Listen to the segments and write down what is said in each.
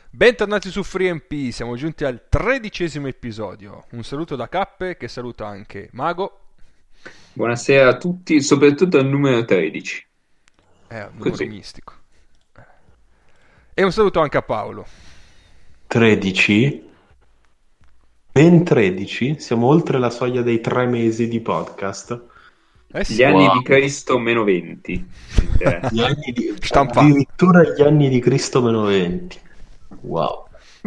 Bentornati su FreeMP, siamo giunti al 13° episodio. Un saluto da Cappe che saluta anche Mago. Buonasera a tutti, soprattutto al numero 13. È un numero Così. mistico. E un saluto anche a Paolo. 13? Ben 13? Siamo oltre la soglia dei 3 mesi di podcast. Eh Gli sì, anni Wow. di Cristo meno 20. Gli anni di... Stampato. Addirittura gli anni di Cristo meno 20. Wow.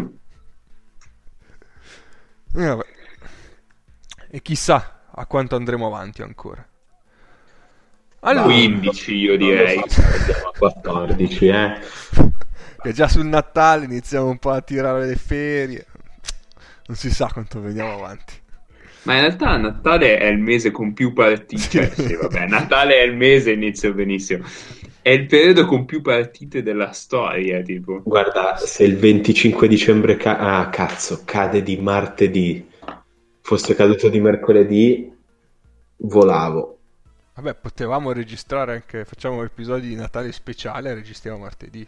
Vabbè. E chissà a quanto andremo avanti ancora. Allora, 15 io Non lo direi. so se andiamo a 14, che già sul Natale iniziamo un po' a tirare le ferie. Non si sa quanto veniamo avanti. Ma in realtà Natale è il mese con più partite. Sì. Sì, vabbè, Natale è il mese, inizio benissimo. È il periodo con più partite della storia, tipo. Guarda, se il 25 dicembre cade di martedì, fosse caduto di mercoledì, volavo. Vabbè, potevamo registrare anche, facciamo episodi di Natale speciale e registriamo martedì.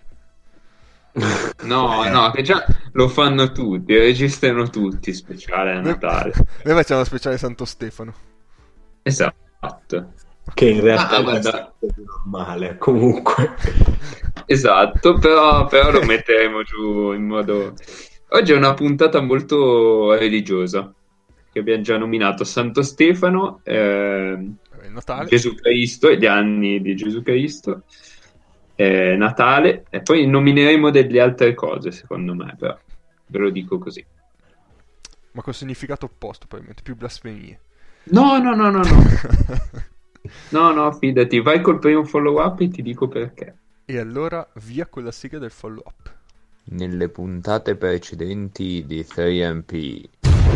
No, che già lo fanno tutti, registrano tutti speciale a Noi, Natale. noi facciamo speciale Santo Stefano. Esatto. Che in realtà Ah, è guarda, sempre normale, comunque. esatto, però lo metteremo giù in modo... Oggi è una puntata molto religiosa, che abbiamo già nominato Santo Stefano, Il Natale. Gesù Cristo, gli anni di Gesù Cristo, Natale, e poi nomineremo delle altre cose, secondo me, però ve lo dico così. Ma con significato opposto, probabilmente, più blasfemie. No. No, fidati, vai col primo follow up e ti dico perché. E allora via con la sigla del follow up. Nelle puntate precedenti di 3MP.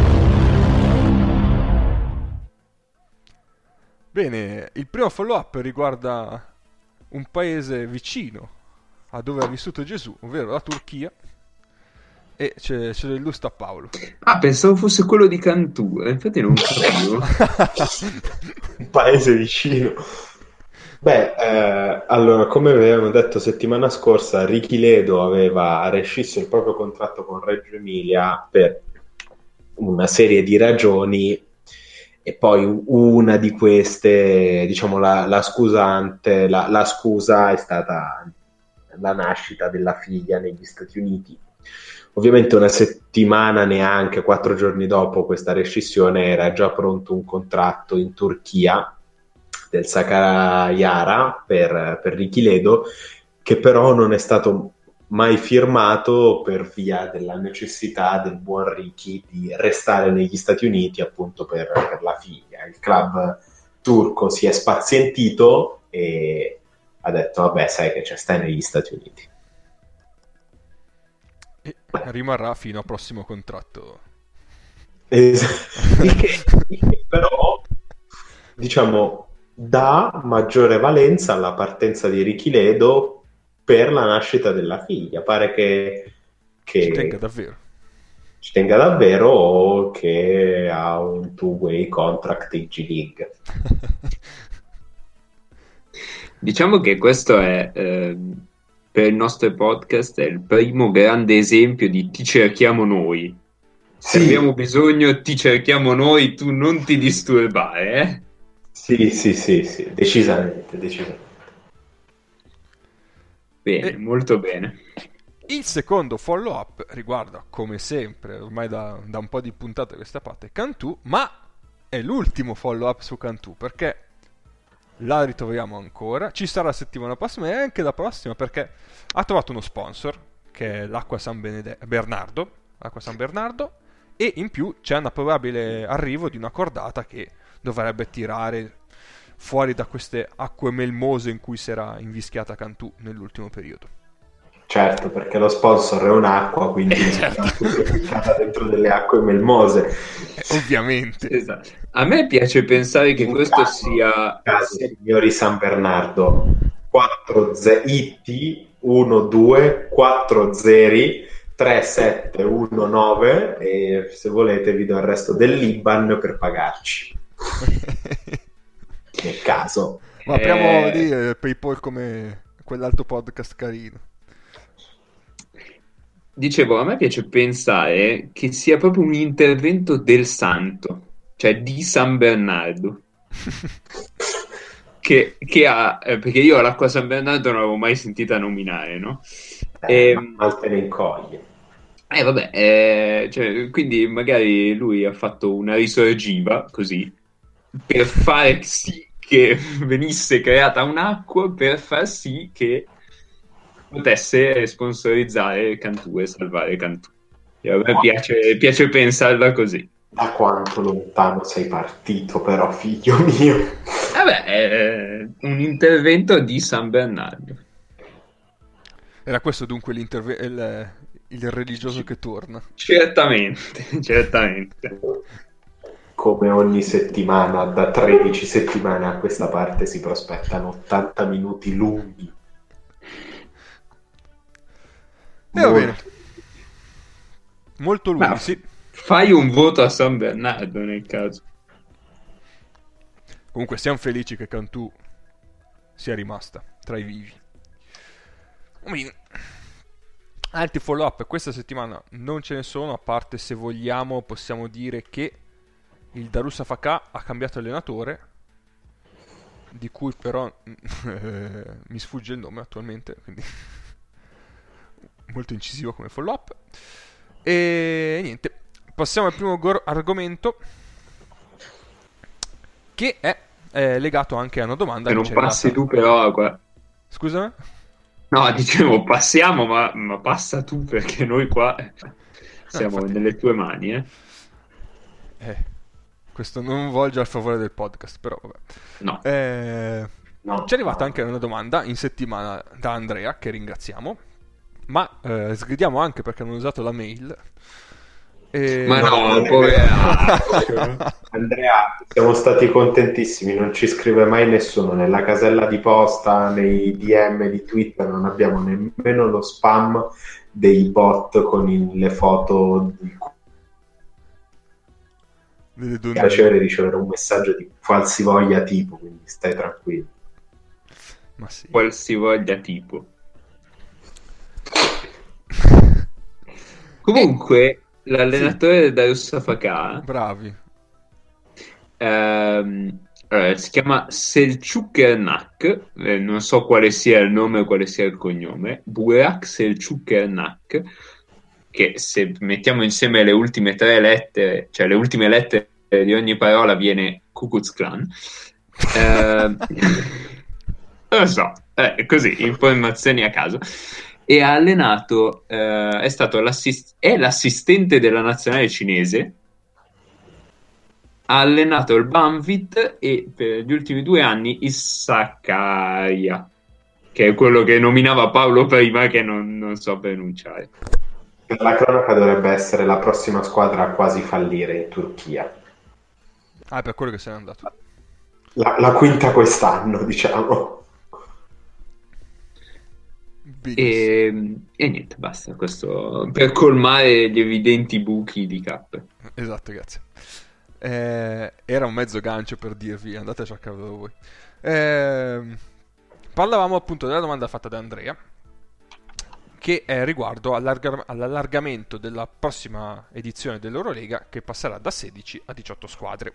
Bene, il primo follow up riguarda un paese vicino a dove ha vissuto Gesù, ovvero la Turchia. E ce lo illustra Paolo. Ah, pensavo fosse quello di Cantù, infatti non capivo. Un paese vicino. Beh, allora, come avevamo detto settimana scorsa, Ricky Ledo aveva rescisso il proprio contratto con Reggio Emilia per una serie di ragioni e poi una di queste, diciamo, la scusante, la scusa è stata la nascita della figlia negli Stati Uniti. Ovviamente una settimana, neanche 4 giorni dopo questa rescissione, era già pronto un contratto in Turchia del Sakarya per Ricky Ledo, che però non è stato mai firmato per via della necessità del buon Ricky di restare negli Stati Uniti appunto per la figlia. Il club turco si è spazientito e ha detto vabbè, sai che c'è, stai negli Stati Uniti. E rimarrà fino al prossimo contratto. Il che però, diciamo, dà maggiore valenza alla partenza di Ricky Ledo per la nascita della figlia. Pare che Ci tenga davvero. ci tenga davvero o che ha un two-way contract in G League. Diciamo che questo è, per il nostro podcast, è il primo grande esempio di ti cerchiamo noi. Se Sì. abbiamo bisogno, ti cerchiamo noi, tu non ti disturbare, eh? Sì, decisamente. Bene, molto bene. Il secondo follow up riguarda, come sempre, ormai da un po' di puntate a questa parte, Cantù, ma è l'ultimo follow up su Cantù perché la ritroviamo ancora. Ci sarà la settimana prossima e anche la prossima perché ha trovato uno sponsor che è l'Acqua San Bernardo, Acqua San Bernardo, e in più c'è una probabile arrivo di una cordata che dovrebbe tirare fuori da queste acque melmose in cui si era invischiata Cantù nell'ultimo periodo. Certo, perché lo sponsor è un'acqua, quindi Certo. è buttata dentro delle acque melmose. Ovviamente. Esatto. A me piace pensare che In questo caso, sia... signori San Bernardo, 4 IT 1 2 4 0 3 7 1 9 e se volete vi do il resto dell'IBAN per pagarci. Nel caso. Ma apriamo lì PayPal come quell'altro podcast carino. Dicevo, a me piace pensare che sia proprio un intervento del santo, cioè di San Bernardo, che ha, perché io l'acqua San Bernardo non l'avevo mai sentita nominare, no? Mal te ne incoglie. Vabbè, cioè, quindi magari lui ha fatto una risorgiva così per fare sì che venisse creata un'acqua per far sì che potesse sponsorizzare Cantù e salvare Cantù. E a me piace pensarla così. Da quanto lontano sei partito, però, figlio mio. Vabbè, è un intervento di San Bernardo. Era questo dunque il religioso che torna. Certamente, certamente. Come ogni settimana, da 13 settimane a questa parte si prospettano 80 minuti lunghi. Va bene. Molto lunghi, sì. Fai un voto a San Bernardo nel caso. Comunque siamo felici che Cantù sia rimasta tra i vivi. Quindi, altri follow up questa settimana non ce ne sono, a parte, se vogliamo possiamo dire che il Darusafaka ha cambiato allenatore, di cui però mi sfugge il nome attualmente, quindi molto incisivo come follow up. E niente, passiamo al primo argomento, che è legato anche a una domanda Se che non ci è passi arrivata. tu però qua. Scusami? No, dicevo passiamo, ma passa tu perché noi qua siamo infatti. nelle tue mani, Questo non volge al favore del podcast, però vabbè. No. No, Ci è arrivata no. anche una domanda in settimana da Andrea, che ringraziamo, ma sgridiamo anche perché hanno usato la mail. Ma no, Andrea, siamo stati contentissimi, non ci scrive mai nessuno nella casella di posta, nei DM di Twitter, non abbiamo nemmeno lo spam dei bot con le foto di delle Mi piacere ricevere un messaggio di qualsivoglia tipo, quindi stai tranquillo. Ma sì. qualsivoglia tipo. Comunque, l'allenatore del Darusafaka Bravi. si chiama Selçuk Ernak, non so quale sia il nome o quale sia il cognome, Burak Selçuk Ernak, che se mettiamo insieme le ultime 3 lettere, cioè le ultime lettere di ogni parola, viene Ku Klux Klan. Non lo so, così, informazioni a caso. E ha allenato, è stato l'assistente della nazionale cinese, ha allenato il Banvit e per gli ultimi 2 anni il Sakarya, che è quello che nominava Paolo prima, che non so pronunciare. Per la cronaca dovrebbe essere la prossima squadra a quasi fallire in Turchia. Ah, è per quello che se n'è andato. La quinta quest'anno, diciamo. E niente, basta, questo per colmare gli evidenti buchi di cappe. Esatto, grazie. Era un mezzo gancio per dirvi, andate a cercarlo voi. Parlavamo appunto della domanda fatta da Andrea, che è riguardo all'allargamento della prossima edizione dell'Eurolega, che passerà da 16 a 18 squadre.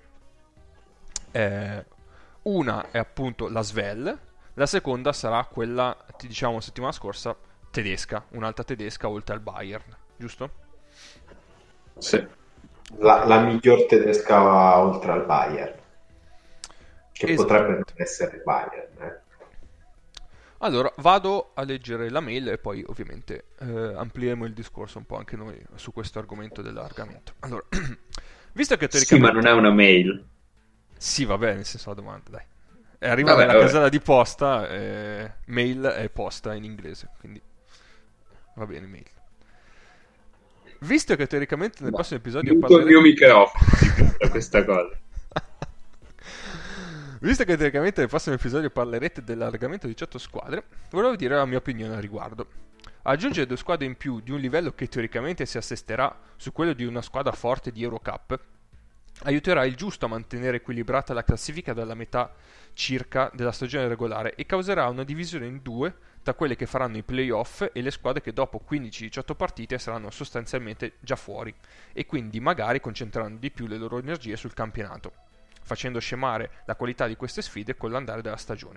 Una è appunto la Svel, la seconda sarà quella, ti diciamo settimana scorsa, tedesca, un'altra tedesca oltre al Bayern, giusto? Sì. La miglior tedesca oltre al Bayern, che potrebbe non essere il Bayern. Allora, vado a leggere la mail e poi ovviamente amplieremo il discorso un po' anche noi su questo argomento dell'allargamento. Allora, visto che teoricamente... Sì, ma non è una mail. Sì, va bene, nel senso la domanda, dai. Arriva nella casella di posta, mail è posta in inglese, quindi va bene, mail. Visto che teoricamente nel prossimo episodio parleremo... il mio microfono di questa cosa. Visto che teoricamente nel prossimo episodio parlerete dell'allargamento di 18 squadre, volevo dire la mia opinione al riguardo. Aggiungere 2 squadre in più di un livello che teoricamente si assesterà su quello di una squadra forte di Eurocup aiuterà il giusto a mantenere equilibrata la classifica dalla metà circa della stagione regolare e causerà una divisione in 2 tra quelle che faranno i playoff e le squadre che dopo 15-18 partite saranno sostanzialmente già fuori e quindi magari concentreranno di più le loro energie sul campionato, facendo scemare la qualità di queste sfide con l'andare della stagione.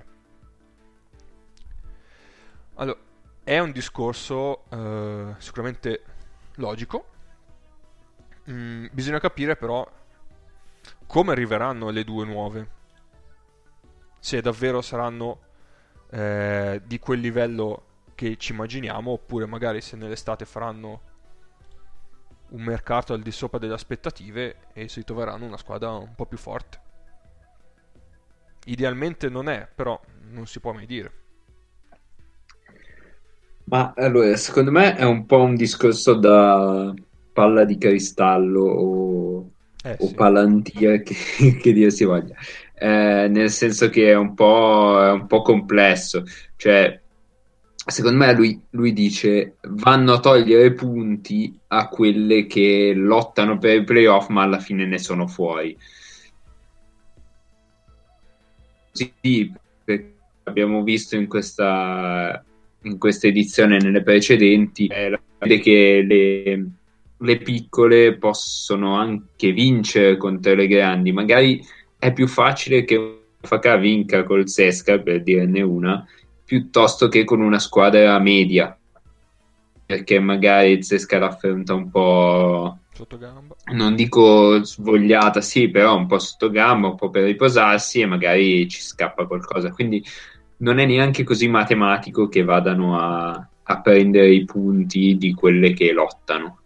Allora, è un discorso sicuramente logico. Bisogna capire però come arriveranno le due nuove, se davvero saranno di quel livello che ci immaginiamo, oppure magari se nell'estate faranno un mercato al di sopra delle aspettative e si troveranno una squadra un po' più forte. Idealmente non è, però non si può mai dire. Ma allora, secondo me è un po' un discorso da palla di cristallo o Sì. palantir che dir si voglia. Nel senso che è un po' complesso. Cioè, secondo me lui dice vanno a togliere punti a quelle che lottano per i playoff ma alla fine ne sono fuori. Sì, perché abbiamo visto in questa edizione e nelle precedenti che le piccole possono anche vincere contro le grandi. Magari è più facile che un FK vinca col Sesca, per dirne una, piuttosto che con una squadra media, perché magari il Sesca l'affronta un po' sottogamba, non dico svogliata, sì, però un po' sottogamba, un po' per riposarsi e magari ci scappa qualcosa. Quindi non è neanche così matematico che vadano a prendere i punti di quelle che lottano.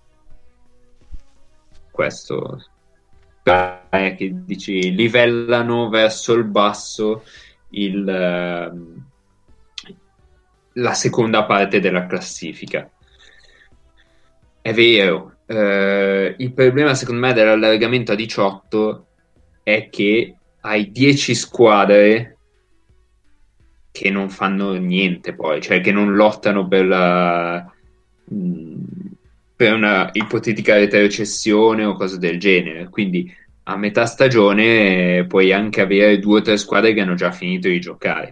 Questo è che dici livellano verso il basso la seconda parte della classifica. È vero, il problema secondo me dell'allargamento a 18 è che hai 10 squadre che non fanno niente poi, cioè che non lottano per una ipotetica retrocessione o cose del genere. Quindi a metà stagione puoi anche avere 2 o 3 squadre che hanno già finito di giocare.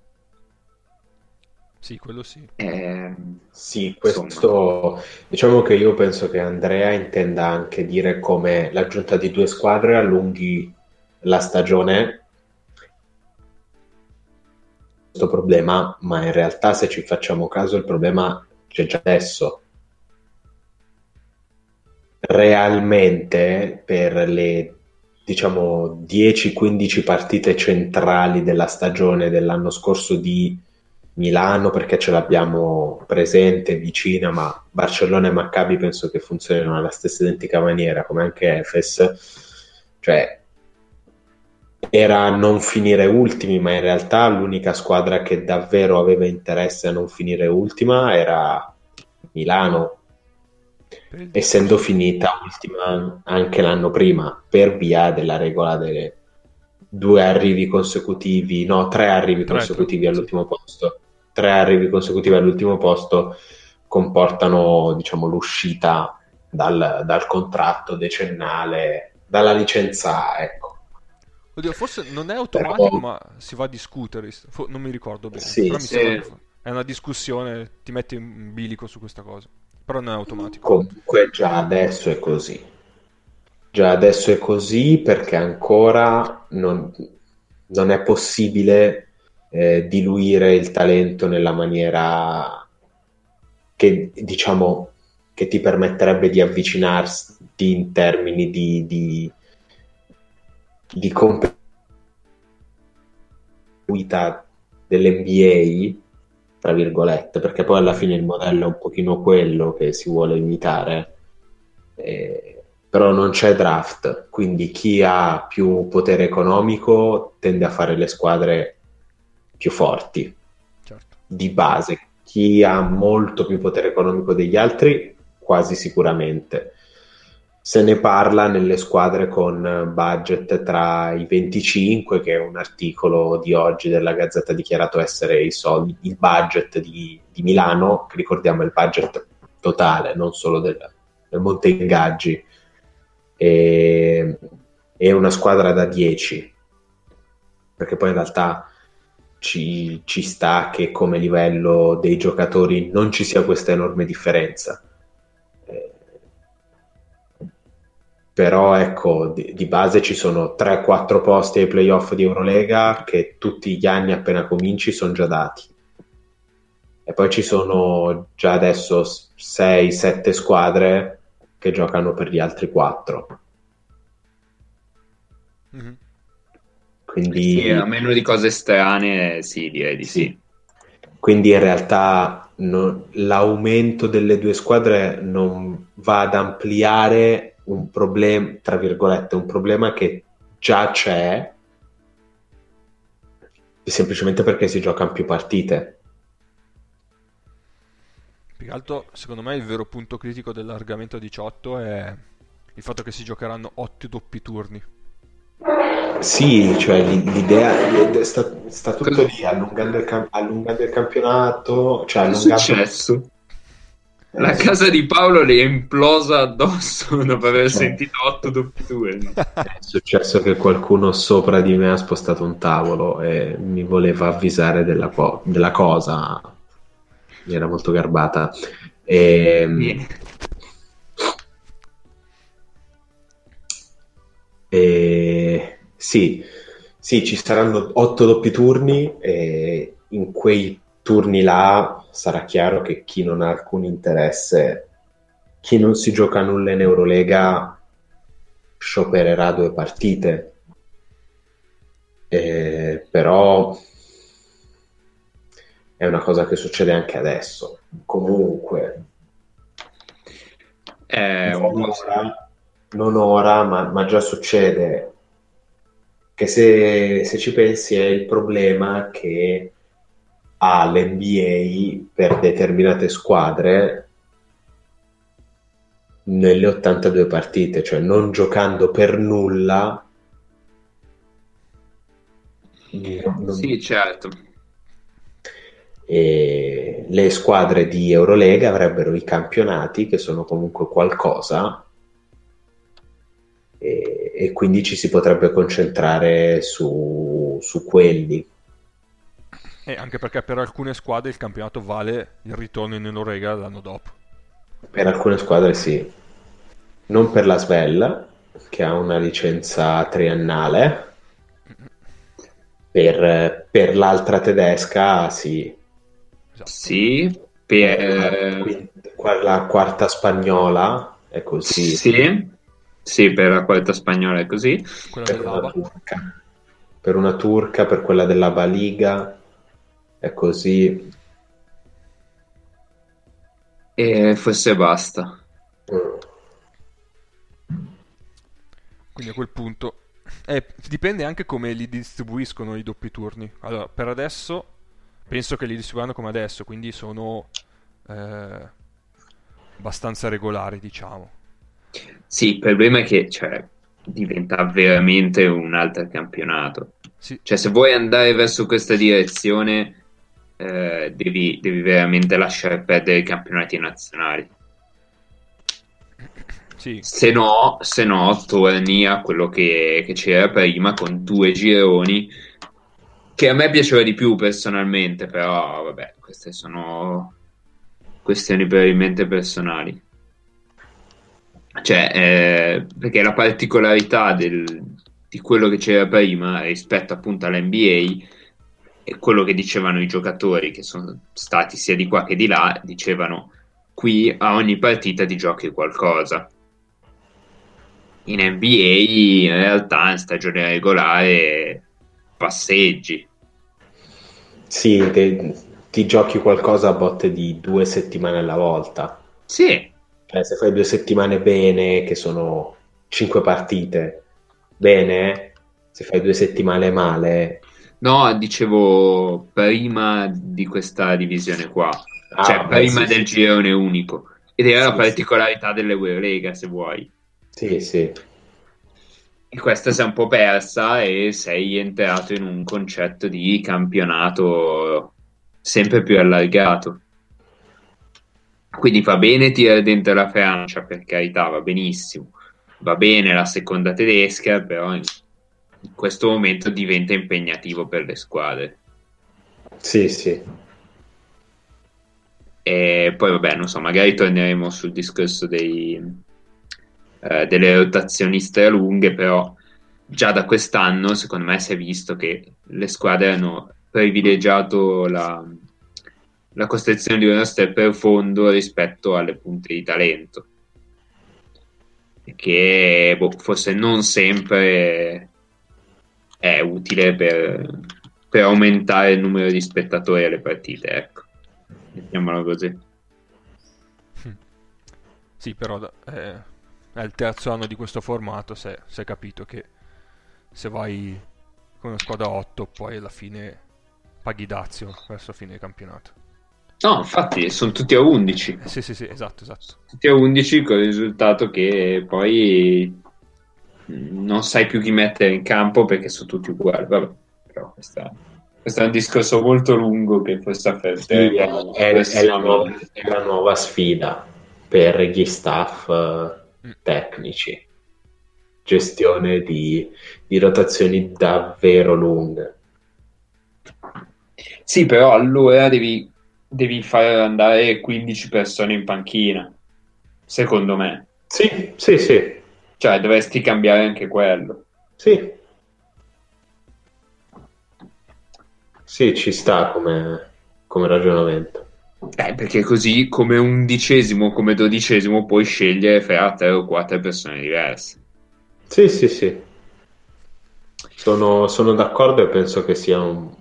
Sì, quello sì. Sì, questo diciamo che io penso che Andrea intenda anche dire come l'aggiunta di 2 squadre allunghi la stagione, questo problema, ma in realtà se ci facciamo caso il problema c'è già adesso. Realmente per le diciamo 10-15 partite centrali della stagione dell'anno scorso di Milano, perché ce l'abbiamo presente, vicina, ma Barcellona e Maccabi penso che funzionino nella stessa identica maniera, come anche Efes, cioè era non finire ultimi, ma in realtà l'unica squadra che davvero aveva interesse a non finire ultima era Milano, essendo finita ultima anche l'anno prima per via della regola delle 3 arrivi consecutivi all'ultimo posto. 3 arrivi consecutivi all'ultimo posto comportano, diciamo, l'uscita dal contratto decennale, dalla licenza, ecco. Oddio, forse non è automatico, ma si va a discutere. Non mi ricordo bene. Sì, però mi sembra che è una discussione, ti metti in bilico su questa cosa. Però non è automatico. Comunque già adesso è così. Già adesso è così perché ancora non è possibile diluire il talento nella maniera che, diciamo, che ti permetterebbe di avvicinarti in termini di competitività dell'NBA, tra virgolette, perché poi alla fine il modello è un pochino quello che si vuole imitare, però non c'è draft, quindi chi ha più potere economico tende a fare le squadre più forti, certo, di base. Chi ha molto più potere economico degli altri, quasi sicuramente. Se ne parla nelle squadre con budget tra i 25, che è un articolo di oggi della Gazzetta ha dichiarato essere il budget di Milano, che ricordiamo è il budget totale, non solo del monte ingaggi, e una squadra da 10, perché poi in realtà ci sta che come livello dei giocatori non ci sia questa enorme differenza. Però ecco, di base ci sono 3-4 posti ai playoff di Eurolega che tutti gli anni appena cominci sono già dati. E poi ci sono già adesso 6-7 squadre che giocano per gli altri 4. Mm-hmm. Quindi, sì, a meno di cose strane, sì, direi di sì. Quindi in realtà l'aumento delle 2 squadre non va ad ampliare un problema, tra virgolette, un problema che già c'è, semplicemente perché si giocano più partite. Più che altro, secondo me, il vero punto critico dell'allargamento a 18 è il fatto che si giocheranno 8 doppi turni. Sì, cioè l'idea sta tutto lì, allungando il campionato, cioè Che è allungando... successo? La casa di Paolo le è implosa addosso dopo aver sentito 8 doppi turni. È successo che qualcuno sopra di me ha spostato un tavolo e mi voleva avvisare della cosa. Mi era molto garbata. Sì. Sì, ci saranno 8 doppi turni e in quei turni là sarà chiaro che chi non ha alcun interesse, chi non si gioca nulla in Eurolega, sciopererà 2 partite. Però è una cosa che succede anche adesso. Comunque, non ora, ma già succede. Che se ci pensi è il problema che ha l'NBA per determinate squadre nelle 82 partite, cioè non giocando per nulla. Sì, certo. E le squadre di Eurolega avrebbero i campionati che sono comunque qualcosa e quindi ci si potrebbe concentrare su quelli. E anche perché per alcune squadre il campionato vale il ritorno in Eurolega l'anno dopo. Per alcune squadre sì, non per la Svel che ha una licenza triennale, per l'altra tedesca sì. Esatto. Sì, La quarta spagnola è così. Sì, per la qualità spagnola è così. Quella Per dell'ABA. Per una turca, per quella dell'ABA Liga è così. E forse basta. Quindi a quel punto dipende anche come li distribuiscono i doppi turni. Allora, per adesso penso che li distribuiranno come adesso, quindi sono abbastanza regolari, diciamo. Sì, il problema è che diventa veramente un altro campionato. Sì. Cioè, se vuoi andare verso questa direzione, devi veramente lasciare perdere i campionati nazionali. Sì. Se no, torni a quello che c'era prima con 2 gironi, che a me piaceva di più personalmente, però vabbè, queste sono questioni probabilmente personali. Perché la particolarità di quello che c'era prima rispetto appunto all'NBA e quello che dicevano i giocatori che sono stati sia di qua che di là, dicevano qui a ogni partita ti giochi qualcosa. In NBA in realtà in stagione regolare passeggi. Sì, ti giochi qualcosa a botte di 2 settimane alla volta. Sì. Se fai 2 settimane bene, che sono 5 partite, bene. Se fai 2 settimane male... No, dicevo prima di questa divisione qua. Prima del girone unico. Ed era la particolarità dell'Eurolega, se vuoi. Sì. E questa si è un po' persa e sei entrato in un concetto di campionato sempre più allargato. Quindi va bene tirare dentro la Francia, per carità, va benissimo. Va bene la seconda tedesca, però in questo momento diventa impegnativo per le squadre. Sì, sì. E poi vabbè, non so, magari torneremo sul discorso delle rotazioni lunghe, però già da quest'anno secondo me si è visto che le squadre hanno privilegiato la costruzione di un roster profondo rispetto alle punte di talento, che forse non sempre è utile per aumentare il numero di spettatori alle partite, ecco, mettiamola così. Sì, però è il terzo anno di questo formato, si è capito che se vai con una squadra 8 poi alla fine paghi dazio verso fine del campionato. No, infatti sono tutti a 11. Sì, sì, sì, esatto. Tutti a 11 con il risultato che poi non sai più chi mettere in campo perché sono tutti uguali. Vabbè, però questo è un discorso molto lungo che forse Sì, affronteremo è la nuova sfida per gli staff tecnici. Gestione di rotazioni davvero lunghe. Sì, però allora devi far andare 15 persone in panchina, secondo me. Sì, sì, sì. Cioè, dovresti cambiare anche quello. Sì. Sì, ci sta come ragionamento. Perché così come 11°, come 12° puoi scegliere fra 3 o 4 persone diverse. Sì, sì, sì. Sono d'accordo e penso che sia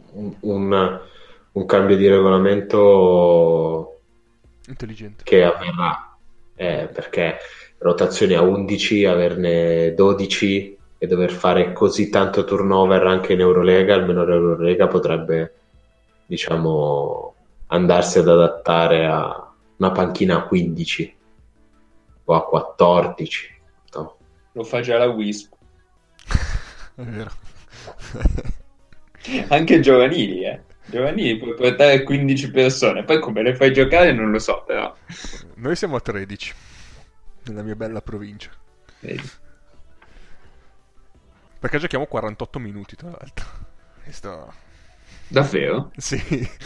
un cambio di regolamento Intelligente. che avverrà, perché rotazioni a 11, averne 12 e dover fare così tanto turnover anche in Eurolega, almeno l'Eurolega potrebbe, diciamo, andarsi ad adattare a una panchina a 15 o a 14. No? Lo fa già la Wisp. È vero. Anche giovanili, Giovanili puoi portare 15 persone, poi come le fai giocare non lo so, però. Noi siamo a 13 nella mia bella provincia. Vedi. Perché giochiamo 48 minuti, tra l'altro. Questo... Davvero? Sì.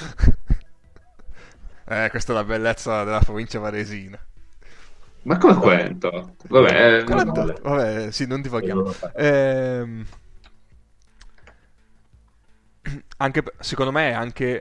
Questa è la bellezza della provincia varesina. Ma come 48? Vabbè, 48. Vabbè, sì, non divaghiamo. Secondo me è anche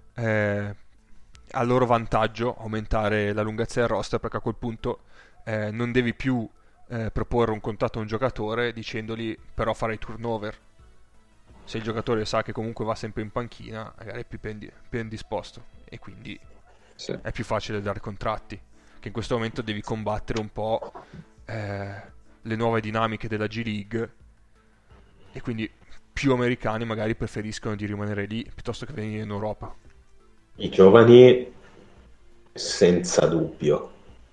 a loro vantaggio aumentare la lunghezza del roster, perché a quel punto non devi più proporre un contratto a un giocatore dicendogli però fare i turnover. Se il giocatore sa che comunque va sempre in panchina, magari è più ben disposto e quindi sì. È più facile dare contratti, che in questo momento devi combattere un po' le nuove dinamiche della G-League, e quindi più americani magari preferiscono di rimanere lì piuttosto che venire in Europa. I giovani, senza dubbio,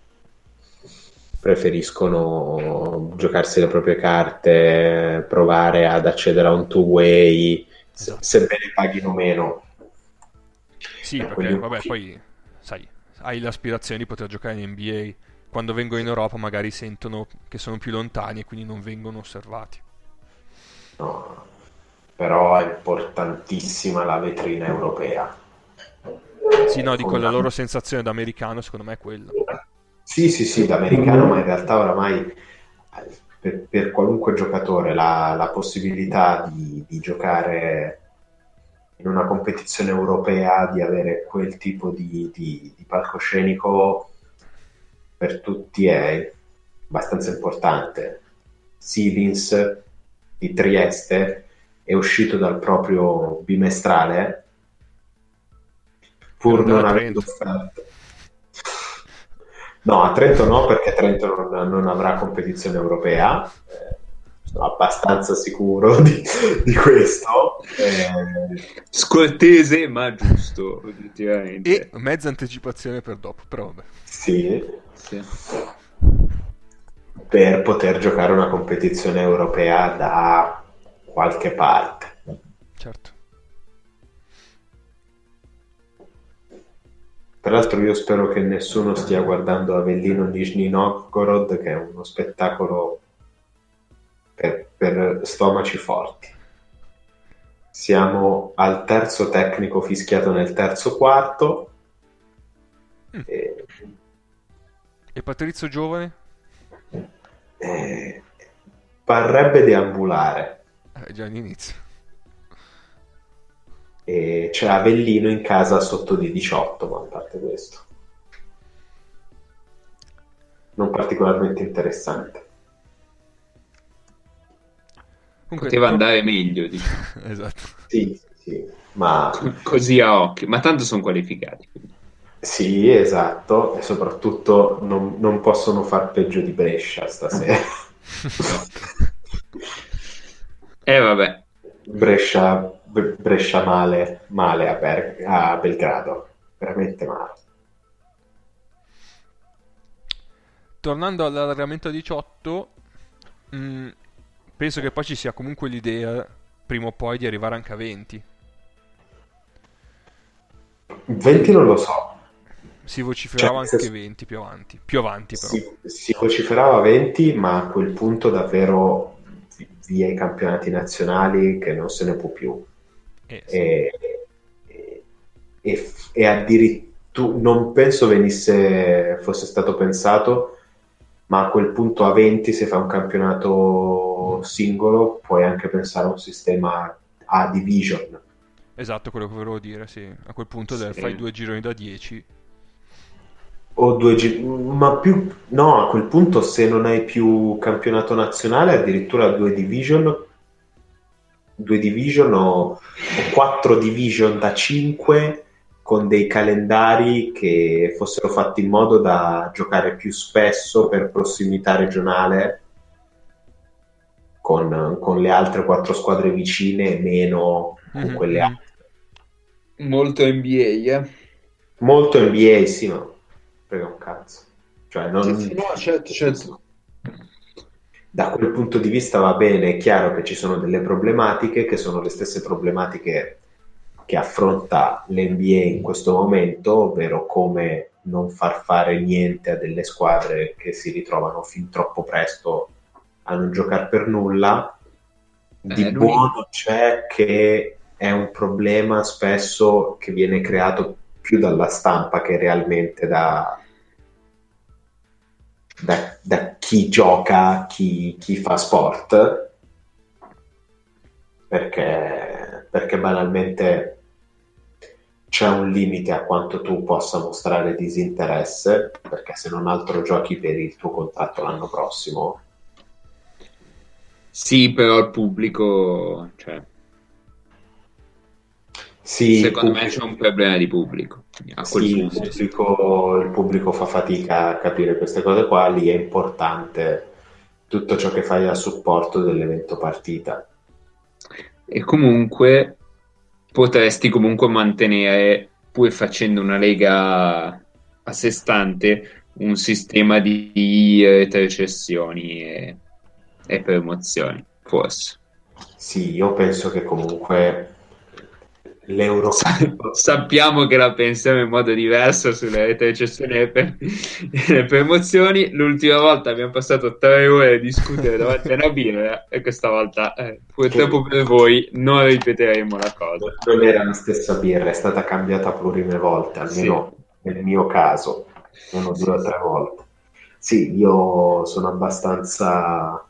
preferiscono giocarsi le proprie carte, provare ad accedere a un two-way, Esatto. sebbene paghino meno. Sì, perché vabbè, poi sai, hai l'aspirazione di poter giocare in NBA. Quando vengono in Europa magari sentono che sono più lontani e quindi non vengono osservati. No, però è importantissima la vetrina europea. Sì, no, dico, la loro sensazione da americano secondo me è quella. Sì, l'americano, ma in realtà oramai per qualunque giocatore la possibilità di giocare in una competizione europea, di avere quel tipo di palcoscenico, per tutti è abbastanza importante. Sivins di Trieste è uscito dal proprio bimestrale pur non avendo offerto. No, a Trento no, perché Trento non avrà competizione europea, sono abbastanza sicuro di questo. Scortese ma giusto, oggettivamente. E mezza anticipazione per dopo, però vabbè. Sì. Per poter giocare una competizione europea da qualche parte. Certo. Tra l'altro io spero che nessuno stia guardando Avellino Nizhny Novgorod, che è uno spettacolo per stomaci forti. Siamo al terzo tecnico fischiato nel terzo quarto. E, E Patrizio Giovane? parrebbe deambulare. Già all'inizio. E c'è Avellino in casa sotto di 18, ma a parte questo, non particolarmente interessante. Comunque, Poteva andare meglio, diciamo. Esatto. Sì, ma Così a occhio, ma tanto sono qualificati. Quindi. sì, esatto, e soprattutto non possono far peggio di Brescia stasera. Vabbè. Brescia male a Belgrado, veramente male. Tornando all'allargamento a 18, penso che poi ci sia comunque l'idea, prima o poi, di arrivare anche a 20. 20 non lo so. Si vociferava Cioè, anche 20 più avanti. Più avanti, però. si vociferava 20, ma a quel punto davvero via i campionati nazionali che non se ne può più. Sì. E, e addirittura non penso fosse stato pensato, ma a quel punto a 20, se fa un campionato singolo, puoi anche pensare a un sistema a division. Esatto, quello che volevo dire, sì. A quel punto fai 2 gironi da 10. O ma più no, a quel punto se non hai più campionato nazionale, addirittura due division o 4 division da 5, con dei calendari che fossero fatti in modo da giocare più spesso per prossimità regionale con le altre 4 squadre vicine e meno con quelle altre. Molto NBA, Molto NBA, sì, ma frega un cazzo. Cioè, no, certo. Da quel punto di vista va bene, è chiaro che ci sono delle problematiche che sono le stesse problematiche che affronta l'NBA in questo momento, ovvero come non far fare niente a delle squadre che si ritrovano fin troppo presto a non giocare per nulla. Di buono c'è che è un problema spesso che viene creato più dalla stampa che realmente da chi gioca, chi fa sport, perché banalmente c'è un limite a quanto tu possa mostrare disinteresse, perché se non altro giochi per il tuo contratto l'anno prossimo. Sì, però il pubblico, cioè... Sì, secondo me c'è un problema di pubblico. Il pubblico fa fatica a capire queste cose qua, lì è importante tutto ciò che fai a supporto dell'evento partita. E comunque potresti comunque mantenere, pur facendo una lega a sé stante, un sistema di retrocessioni e promozioni, forse. Sì, io penso che comunque sappiamo che la pensiamo in modo diverso sulle retrocessioni e le promozioni. L'ultima volta abbiamo passato 3 ore a discutere davanti a una birra e questa volta purtroppo per voi non ripeteremo la cosa. Non era la stessa birra, è stata cambiata plurime volte, almeno nel mio caso, 1, 2 o 3 volte. Sì, io sono abbastanza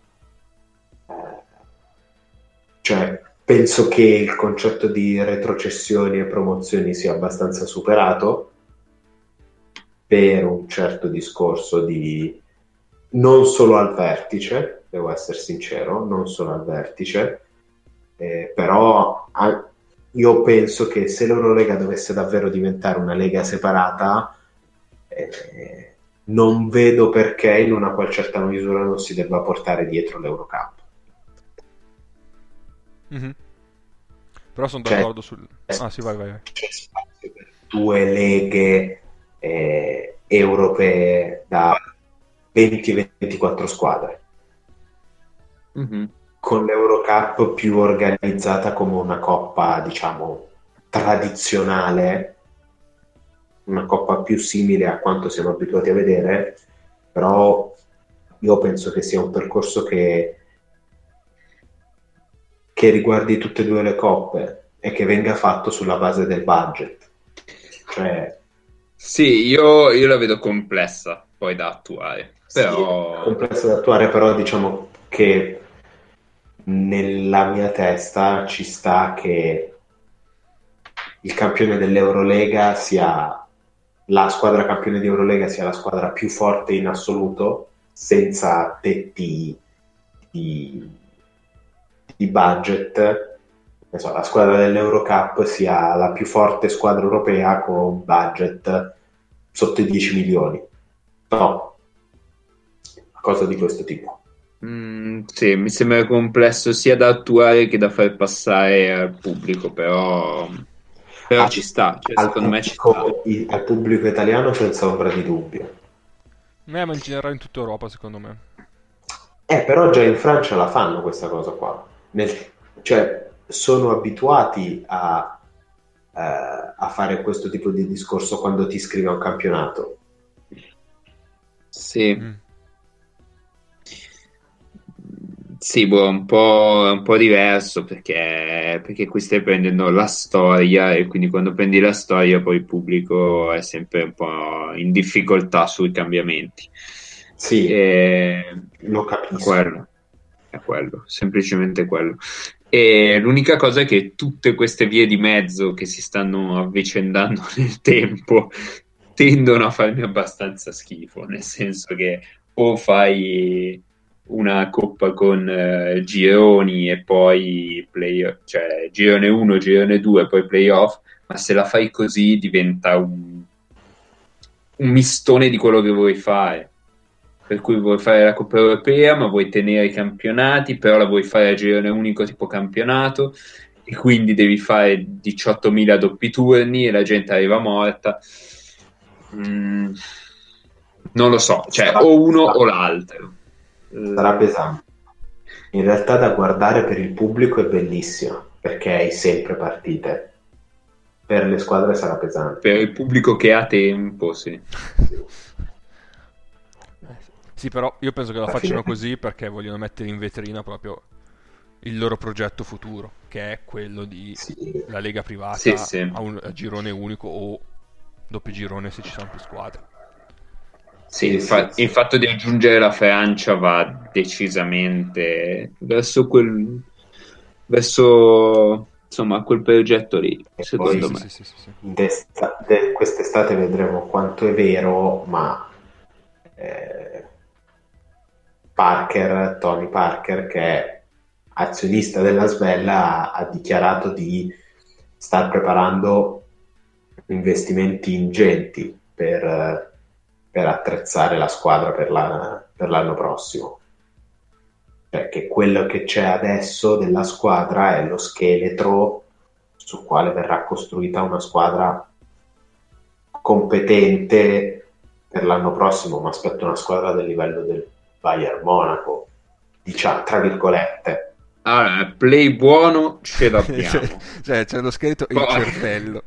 cioè penso che il concetto di retrocessioni e promozioni sia abbastanza superato per un certo discorso di non solo al vertice, devo essere sincero, non solo al vertice, però io penso che se l'Eurolega dovesse davvero diventare una lega separata, non vedo perché in una qual certa misura non si debba portare dietro l'Eurocup. Mm-hmm. Però sono d'accordo sul... sì, vai. C'è spazio per 2 leghe europee da 20-24 squadre. Mm-hmm. Con l'Eurocup più organizzata come una coppa, diciamo, tradizionale, una coppa più simile a quanto siamo abituati a vedere, però io penso che sia un percorso che che riguardi tutte e due le coppe e che venga fatto sulla base del budget. Cioè, Sì, io la vedo complessa poi da attuare, però... sì, è complessa da attuare, però diciamo che nella mia testa ci sta che il campione dell'Eurolega sia la squadra campione di Eurolega sia la squadra più forte in assoluto, senza tetti di budget. Ne so, la squadra dell'Eurocup sia la più forte squadra europea con budget sotto i 10 milioni. No, cosa di questo tipo. Sì, mi sembra complesso sia da attuare che da far passare al pubblico, però ci sta, cioè, secondo me ci sta. Al pubblico italiano senza ombra di dubbio. Ma in generale in tutta Europa, secondo me. Però già in Francia la fanno questa cosa qua. Cioè, sono abituati a fare questo tipo di discorso quando ti iscrivi a un campionato. Sì. Sì, boh, è un po' diverso perché qui stai prendendo la storia e quindi quando prendi la storia poi il pubblico è sempre un po' in difficoltà sui cambiamenti. Sì, lo capisco. È quello, semplicemente quello. E l'unica cosa è che tutte queste vie di mezzo che si stanno avvicendando nel tempo tendono a farmi abbastanza schifo, nel senso che o fai una coppa con gironi e poi cioè girone 1, girone 2, poi playoff, ma se la fai così diventa un mistone di quello che vuoi fare. Per cui vuoi fare la Coppa Europea, ma vuoi tenere i campionati, però la vuoi fare a girone unico tipo campionato, e quindi devi fare 18.000 doppi turni e la gente arriva morta. Non lo so, cioè o uno o l'altro. Sarà pesante. In realtà da guardare per il pubblico è bellissimo, perché hai sempre partite. Per le squadre sarà pesante. Per il pubblico che ha tempo, sì. Sì, però io penso che la facciano così perché vogliono mettere in vetrina proprio il loro progetto futuro, che è quello di la lega privata a girone unico o doppio girone se ci sono più squadre. Sì, il fatto di aggiungere la Francia va decisamente verso insomma quel progetto lì, e secondo poi, me. Sì. Quest'estate vedremo quanto è vero, ma Tony Parker, che è azionista della Svella, ha dichiarato di star preparando investimenti ingenti per attrezzare la squadra per l'anno prossimo. Cioè che quello che c'è adesso della squadra è lo scheletro sul quale verrà costruita una squadra competente per l'anno prossimo. Ma aspetto una squadra del livello del Bayern Monaco, diciamo, tra virgolette. Allora, play buono ce l'abbiamo. Cioè c'è lo scheletro e il cervello.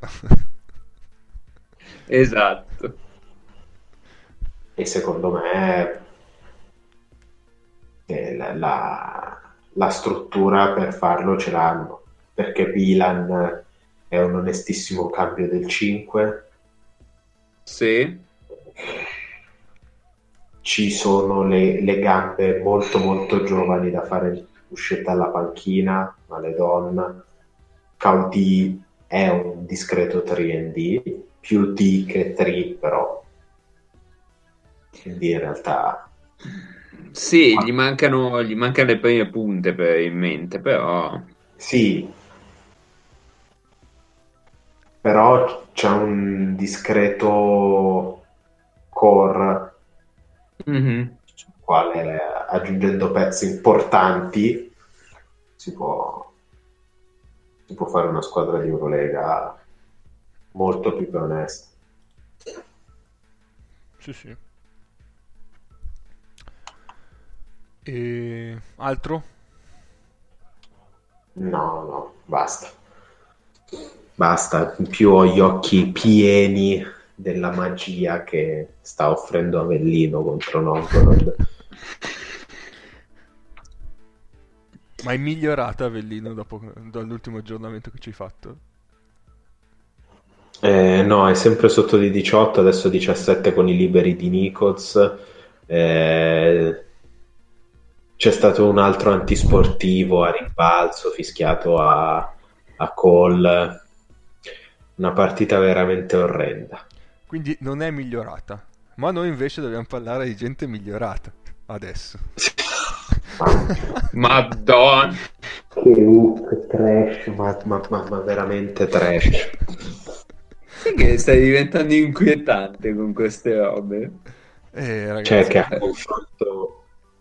Esatto. E secondo me la struttura per farlo ce l'hanno, perché Milan è un onestissimo cambio del 5. Sì. Ci sono le gambe molto molto giovani da fare uscita dalla panchina, Maledon. Cauti è un discreto 3D, più D che 3, però quindi in realtà sì, gli mancano le prime punte probabilmente, però sì, però c'è un discreto core sul quale, aggiungendo pezzi importanti, si può fare una squadra di Eurolega molto più onesta. Sì. E altro? No, basta. In più ho gli occhi pieni della magia che sta offrendo Avellino contro Novgorod. Ma è migliorata Avellino dall'ultimo aggiornamento che ci hai fatto? No, è sempre sotto di 18, adesso 17 con i liberi di Nichols. Eh, C'è stato un altro antisportivo a rimbalzo fischiato a Cole. Una partita veramente orrenda. Quindi non è migliorata. Ma noi invece dobbiamo parlare di gente migliorata adesso. Madonna. Che look trash, ma veramente trash. Sai che stai diventando inquietante con queste robe? Ragazzi, Cioè che a confronto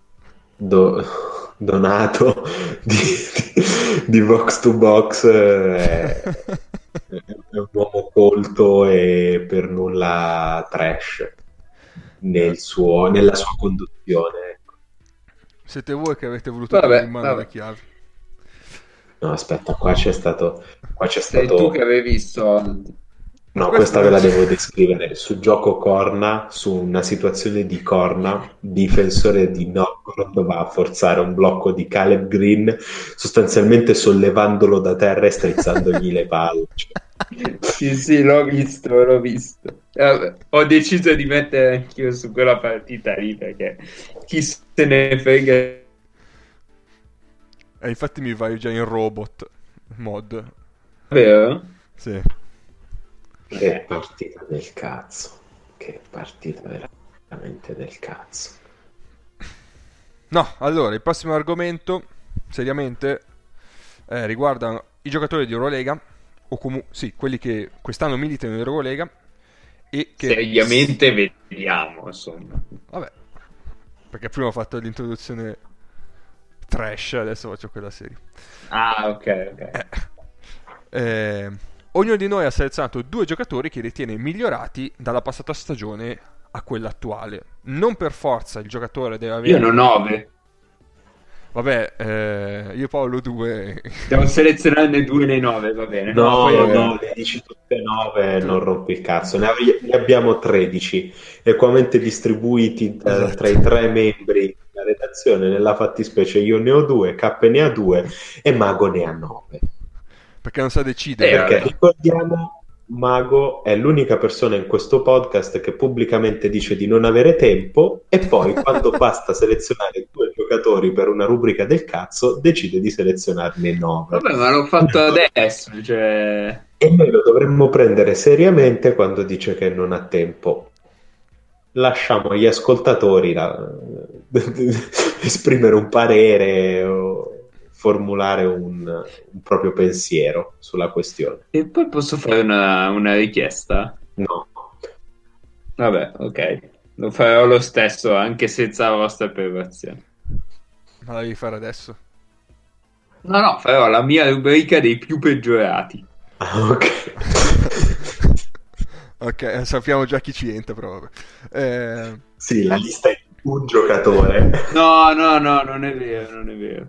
donato di Vox to Box è un uomo colto e per nulla trash nella sua conduzione, ecco. siete voi che avete voluto prendere in mano le chiavi. No, aspetta, qua c'è stato Sei tu che avevi visto. No, questa ve la devo descrivere. Su gioco corna, su una situazione di corna, difensore di Novgorod va a forzare un blocco di Caleb Green, sostanzialmente sollevandolo da terra e strizzandogli le palle. Sì, l'ho visto. Ho deciso di mettere anch'io su quella partita lì perché chi se ne frega. Infatti mi vai già in robot mod. Vero? Sì. Che partita del cazzo. Che partita veramente del cazzo. No, allora, il prossimo argomento, seriamente, riguarda i giocatori di Eurolega, o comunque, sì, quelli che quest'anno militano in Eurolega, e che... Seriamente vediamo, insomma. Vabbè, perché prima ho fatto l'introduzione trash, adesso faccio quella seria. Ah, ok. Ognuno di noi ha selezionato 2 giocatori che ritiene migliorati dalla passata stagione a quella attuale. Non per forza il giocatore deve avere... Io non 9. Vabbè, io Paolo 2. Devo selezionarne 2 nei 9, va bene. No, poi- le dici tutte 9, non rompi il cazzo. Ne abbiamo 13, equamente distribuiti Esatto. tra i 3 membri della redazione. Nella fattispecie io ne ho 2, K ne ha 2 e Mago ne ha 9. Perché non sa decidere. Perché vabbè. ricordiamo, Mago è l'unica persona in questo podcast che pubblicamente dice di non avere tempo e poi quando basta selezionare 2 giocatori per una rubrica del cazzo decide di selezionarne 9. Vabbè, ma l'ho fatto adesso, cioè... E noi lo dovremmo prendere seriamente quando dice che non ha tempo. Lasciamo agli ascoltatori esprimere un parere o formulare un proprio pensiero sulla questione. E poi posso fare una richiesta? No. Vabbè, ok. Lo farò lo stesso, anche senza la vostra approvazione. Ma la devi fare adesso. No, farò la mia rubrica dei più peggiorati. Ah, ok. Ok, sappiamo già chi ci entra, però vabbè. Sì, la lista è un giocatore. No, non è vero.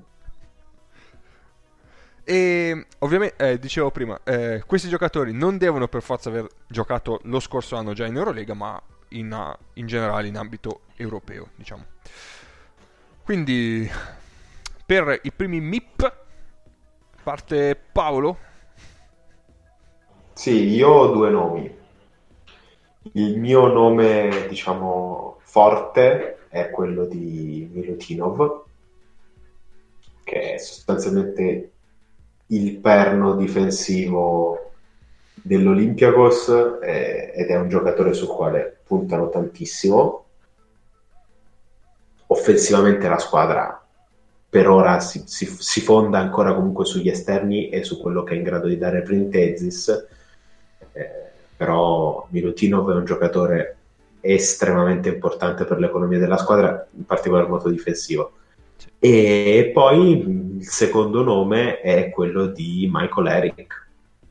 E ovviamente, dicevo prima, questi giocatori non devono per forza aver giocato lo scorso anno già in Eurolega, ma in generale in ambito europeo, diciamo. Quindi, per i primi MIP, parte Paolo. Sì, io ho 2 nomi. Il mio nome, diciamo, forte è quello di Milutinov, che è sostanzialmente il perno difensivo dell'Olympiakos ed è un giocatore sul quale puntano tantissimo. Offensivamente la squadra per ora si fonda ancora comunque sugli esterni e su quello che è in grado di dare Printezis, però Milutinov è un giocatore estremamente importante per l'economia della squadra, in particolar modo difensivo. E poi il secondo nome è quello di Michael Eric,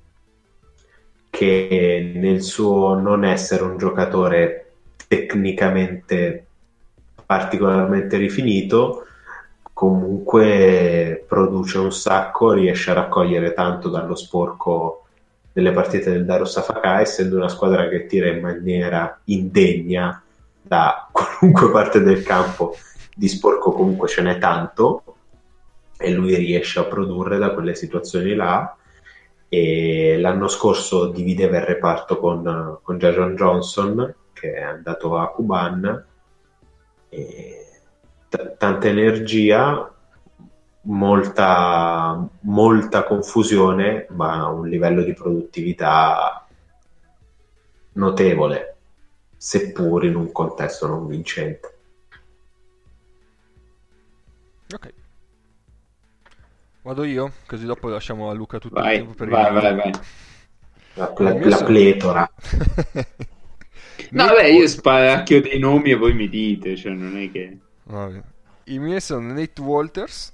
che nel suo non essere un giocatore tecnicamente particolarmente rifinito, comunque produce un sacco, riesce a raccogliere tanto dallo sporco delle partite del Darussafaka, essendo una squadra che tira in maniera indegna da qualunque parte del campo. Di sporco comunque ce n'è tanto, e lui riesce a produrre da quelle situazioni là. E l'anno scorso divideva il reparto con Jason Johnson, che è andato a Kuban, e tanta energia, molta confusione, ma un livello di produttività notevole, seppur in un contesto non vincente. Ok. Vado io, così dopo lasciamo a Luca tutto il Vai, tempo per vai. La pletora. No, vabbè, io sparacchio dei nomi e voi mi dite, cioè non è che... Vabbè. I miei sono Nate Walters,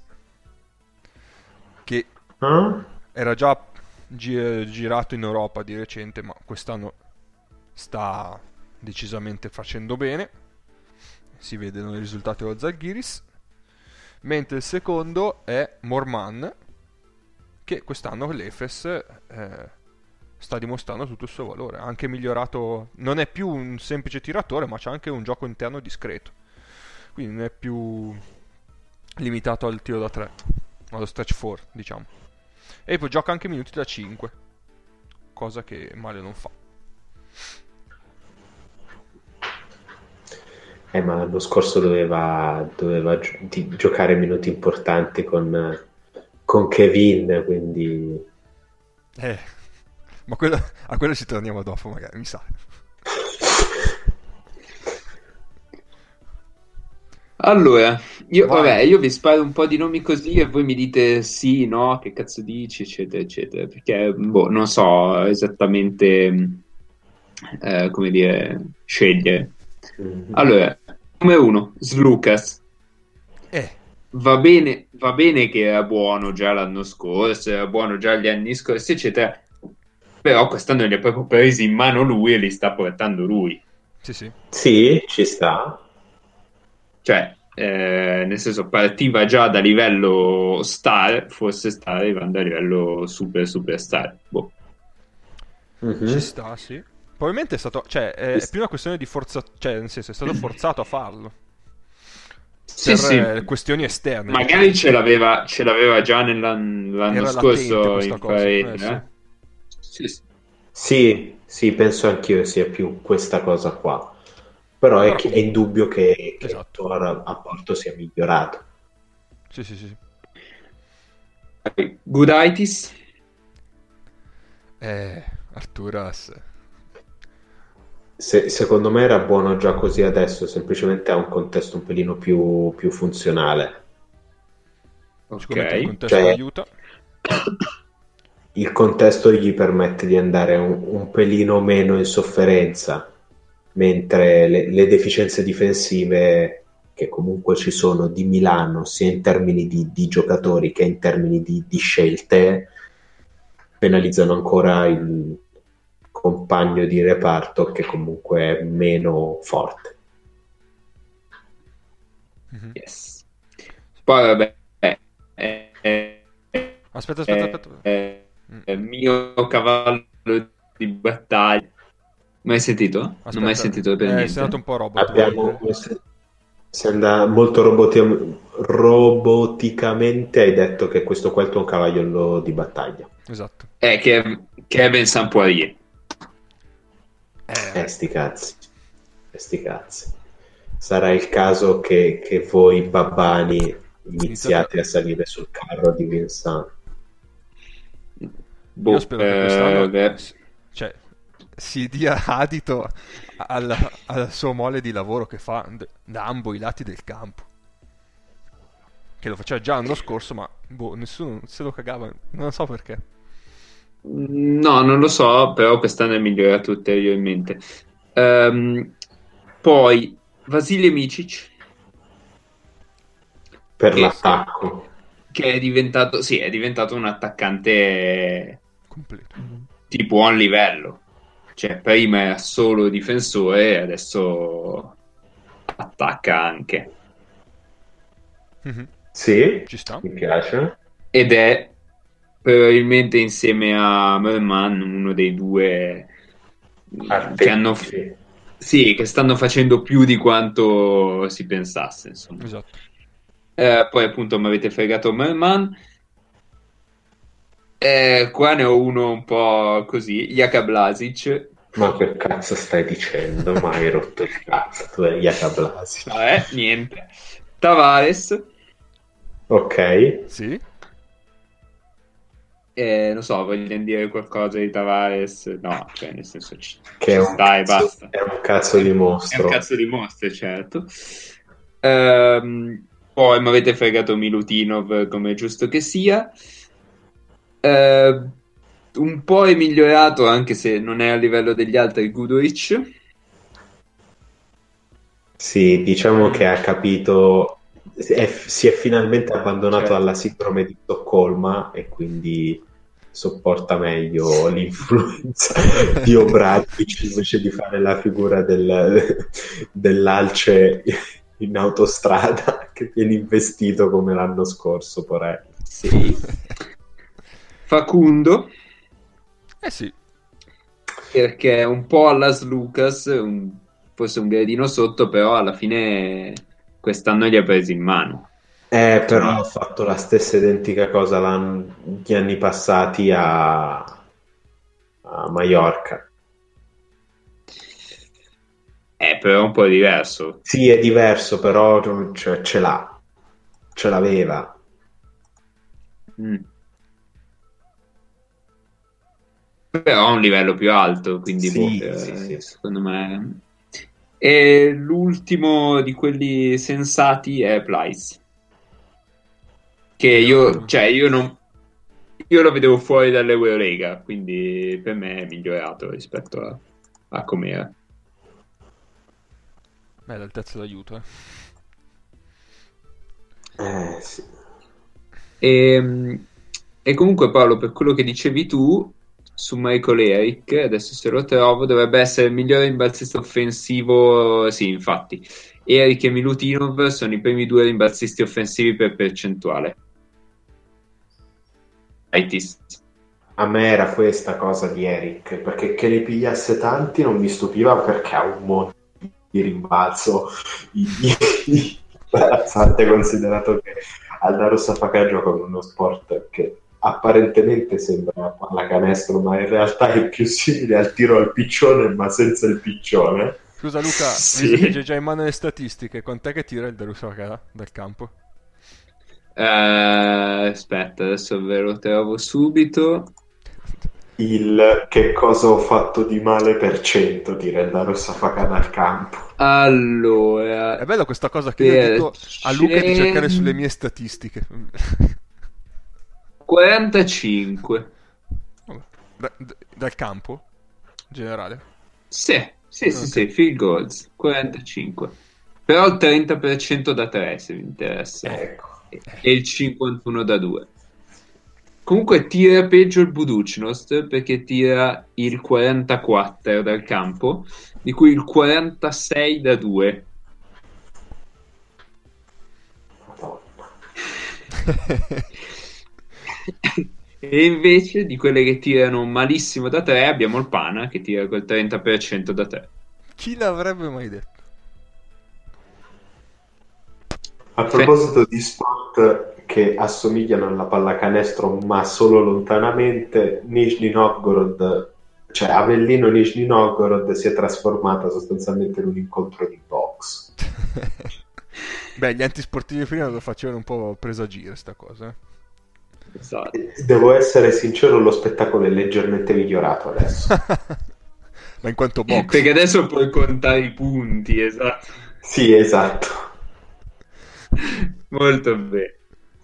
che era già girato in Europa di recente, ma quest'anno sta decisamente facendo bene, si vedono i risultati dello Zalgiris. Mentre il secondo è Morman, che quest'anno l'Efes sta dimostrando tutto il suo valore, ha anche migliorato, non è più un semplice tiratore, ma c'ha anche un gioco interno discreto, quindi non è più limitato al tiro da 3, allo stretch 4, diciamo, e poi gioca anche minuti da 5, cosa che male non fa. Ma l'anno scorso doveva giocare minuti importanti con Kevin, quindi... Ma a quello ci torniamo dopo, magari, mi sa. Allora, Vai. io vi sparo un po' di nomi così e voi mi dite sì, no, che cazzo dici, eccetera, eccetera, perché, non so esattamente, come dire, scegliere. Mm-hmm. Allora, numero 1, Slucas. Va bene che era buono già l'anno scorso, era buono già gli anni scorsi, eccetera, però quest'anno li ha proprio presi in mano lui e li sta portando lui. Sì. Sì, ci sta. Cioè, nel senso, partiva già da livello star, forse sta arrivando a livello superstar. Boh. Mm-hmm. Ci sta, sì. Probabilmente è stato, cioè, è più una questione di forza, cioè, nel senso, è stato forzato a farlo. Sì, Per questioni esterne. Magari ce l'aveva già l'anno Era scorso latente in questa cosa. Sì. Sì, penso anch'io sia più questa cosa qua. Però è indubbio che esatto. Il tuo rapporto sia migliorato. Sì. Gudaitis? Arturas. Secondo me era buono già così adesso, semplicemente ha un contesto un pelino più funzionale. Ok. Il contesto aiuta. Il contesto gli permette di andare un pelino meno in sofferenza, mentre le deficienze difensive che comunque ci sono di Milano, sia in termini di giocatori che in termini di scelte, penalizzano ancora il compagno di reparto che comunque è meno forte. Mm-hmm. Yes. Poi vabbè, Aspetta. Mio cavallo di battaglia. Mai sentito? Aspetta. Non mai sentito per niente. Sei andato un po' robot. Si andà molto roboticamente. Hai detto che questo qua è il tuo cavallo di battaglia. Esatto. Che è Ben Sampoirier. Sti cazzi. Sarà il caso che voi babbani iniziate a salire sul carro di Vincent. Io spero che quest'anno si dia adito al suo mole di lavoro che fa da ambo i lati del campo, che lo faceva già l'anno scorso, ma nessuno se lo cagava, non so perché. No, non lo so, però quest'anno è migliorato ulteriormente. Poi Vasilij Micic per l'attacco, che è diventato un attaccante completo di buon livello. Cioè, prima era solo difensore e adesso attacca anche. Mm-hmm. Sì, ci sta. Mi piace. Ed è probabilmente insieme a Merman uno dei due che stanno facendo più di quanto si pensasse, insomma. Esatto. Poi appunto mi avete fregato Merman. Qua ne ho uno un po' così, Jaka Blasic. Ma che cazzo stai dicendo? Ma hai rotto il cazzo, tu hai Jaka Blasic. Vabbè, niente. Tavares. Ok. Sì? Non so, vogliono dire qualcosa di Tavares? No, cioè nel senso Che è un stai, cazzo, basta. è un cazzo di È mostro. un cazzo di mostro, certo. Poi mi avete fregato Milutinov, come è giusto che sia. Un po' è migliorato, anche se non è a livello degli altri, Guduric. Sì, diciamo che ha capito, si è finalmente abbandonato Certo. alla sindrome di Stoccolma e quindi sopporta meglio l'influenza di Obradovic invece di fare la figura dell'alce in autostrada che viene investito come l'anno scorso, porello. Sì. Facundo, Sì. perché è un po' alla Lucas, forse un gradino sotto, però alla fine quest'anno li ha presi in mano. Però ho fatto la stessa identica cosa gli anni passati a Mallorca. Però è un po' diverso. Sì, è diverso, però cioè, ce l'aveva. Però a un livello più alto, quindi Sì, sì. secondo me. E l'ultimo di quelli sensati è Plyce. Che io lo vedevo fuori dall'Eurolega, quindi per me è migliorato rispetto a com'era. Beh, l'altezza d'aiuto, Sì. E comunque Paolo, per quello che dicevi tu su Michael Eric, adesso se lo trovo, dovrebbe essere il migliore rimbalzista offensivo. Sì, infatti Eric e Milutinov sono i primi due rimbalzisti offensivi per percentuale. A me era questa cosa di Eric, perché che li pigliasse tanti non mi stupiva perché ha un modo di rimbalzo imbarazzante, considerato che Aldaro Safaka gioca con uno sport che apparentemente sembra una pallacanestro, ma in realtà è più simile al tiro al piccione, ma senza il piccione. Scusa Luca, Sì. visto che c'è già in mano le statistiche, quant'è che tira il Darusaka dal campo? Aspetta, adesso ve lo trovo subito. Il che cosa ho fatto di male per cento di Rendaro Safaka dal campo. Allora, È bello questa cosa che io dico a Luca di cercare sulle mie statistiche. 45. Dal campo? In generale? Sì, field goals, 45. Però il 30% da 3, se vi interessa. Ecco. E il 51 da 2. Comunque tira peggio il Budućnost perché tira il 44 dal campo, di cui il 46 da 2. E invece di quelle che tirano malissimo da 3 abbiamo il Pana che tira col 30% da 3. Chi l'avrebbe mai detto? A proposito di sport che assomigliano alla pallacanestro ma solo lontanamente, Nizhny Novgorod, cioè Avellino Nizhny Novgorod si è trasformata sostanzialmente in un incontro di box. Beh, gli antisportivi prima lo facevano un po' presagire sta cosa. Esatto. Devo essere sincero, lo spettacolo è leggermente migliorato adesso. Ma in quanto box? Perché adesso puoi contare i punti, esatto. Sì, esatto. Molto bene.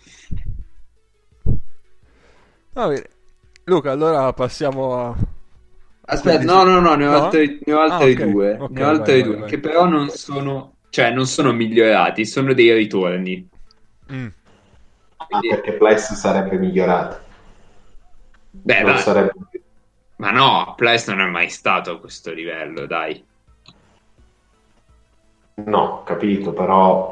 Va bene. Luca, allora passiamo a... Aspetta, no, ne ho altri okay. due. Okay, ne ho altri due, vai. che però non sono migliorati, sono dei ritorni. Perché Plyce sarebbe migliorato. Beh, non dai. sarebbe... Ma no, Plyce non è mai stato a questo livello, dai. No, capito, però...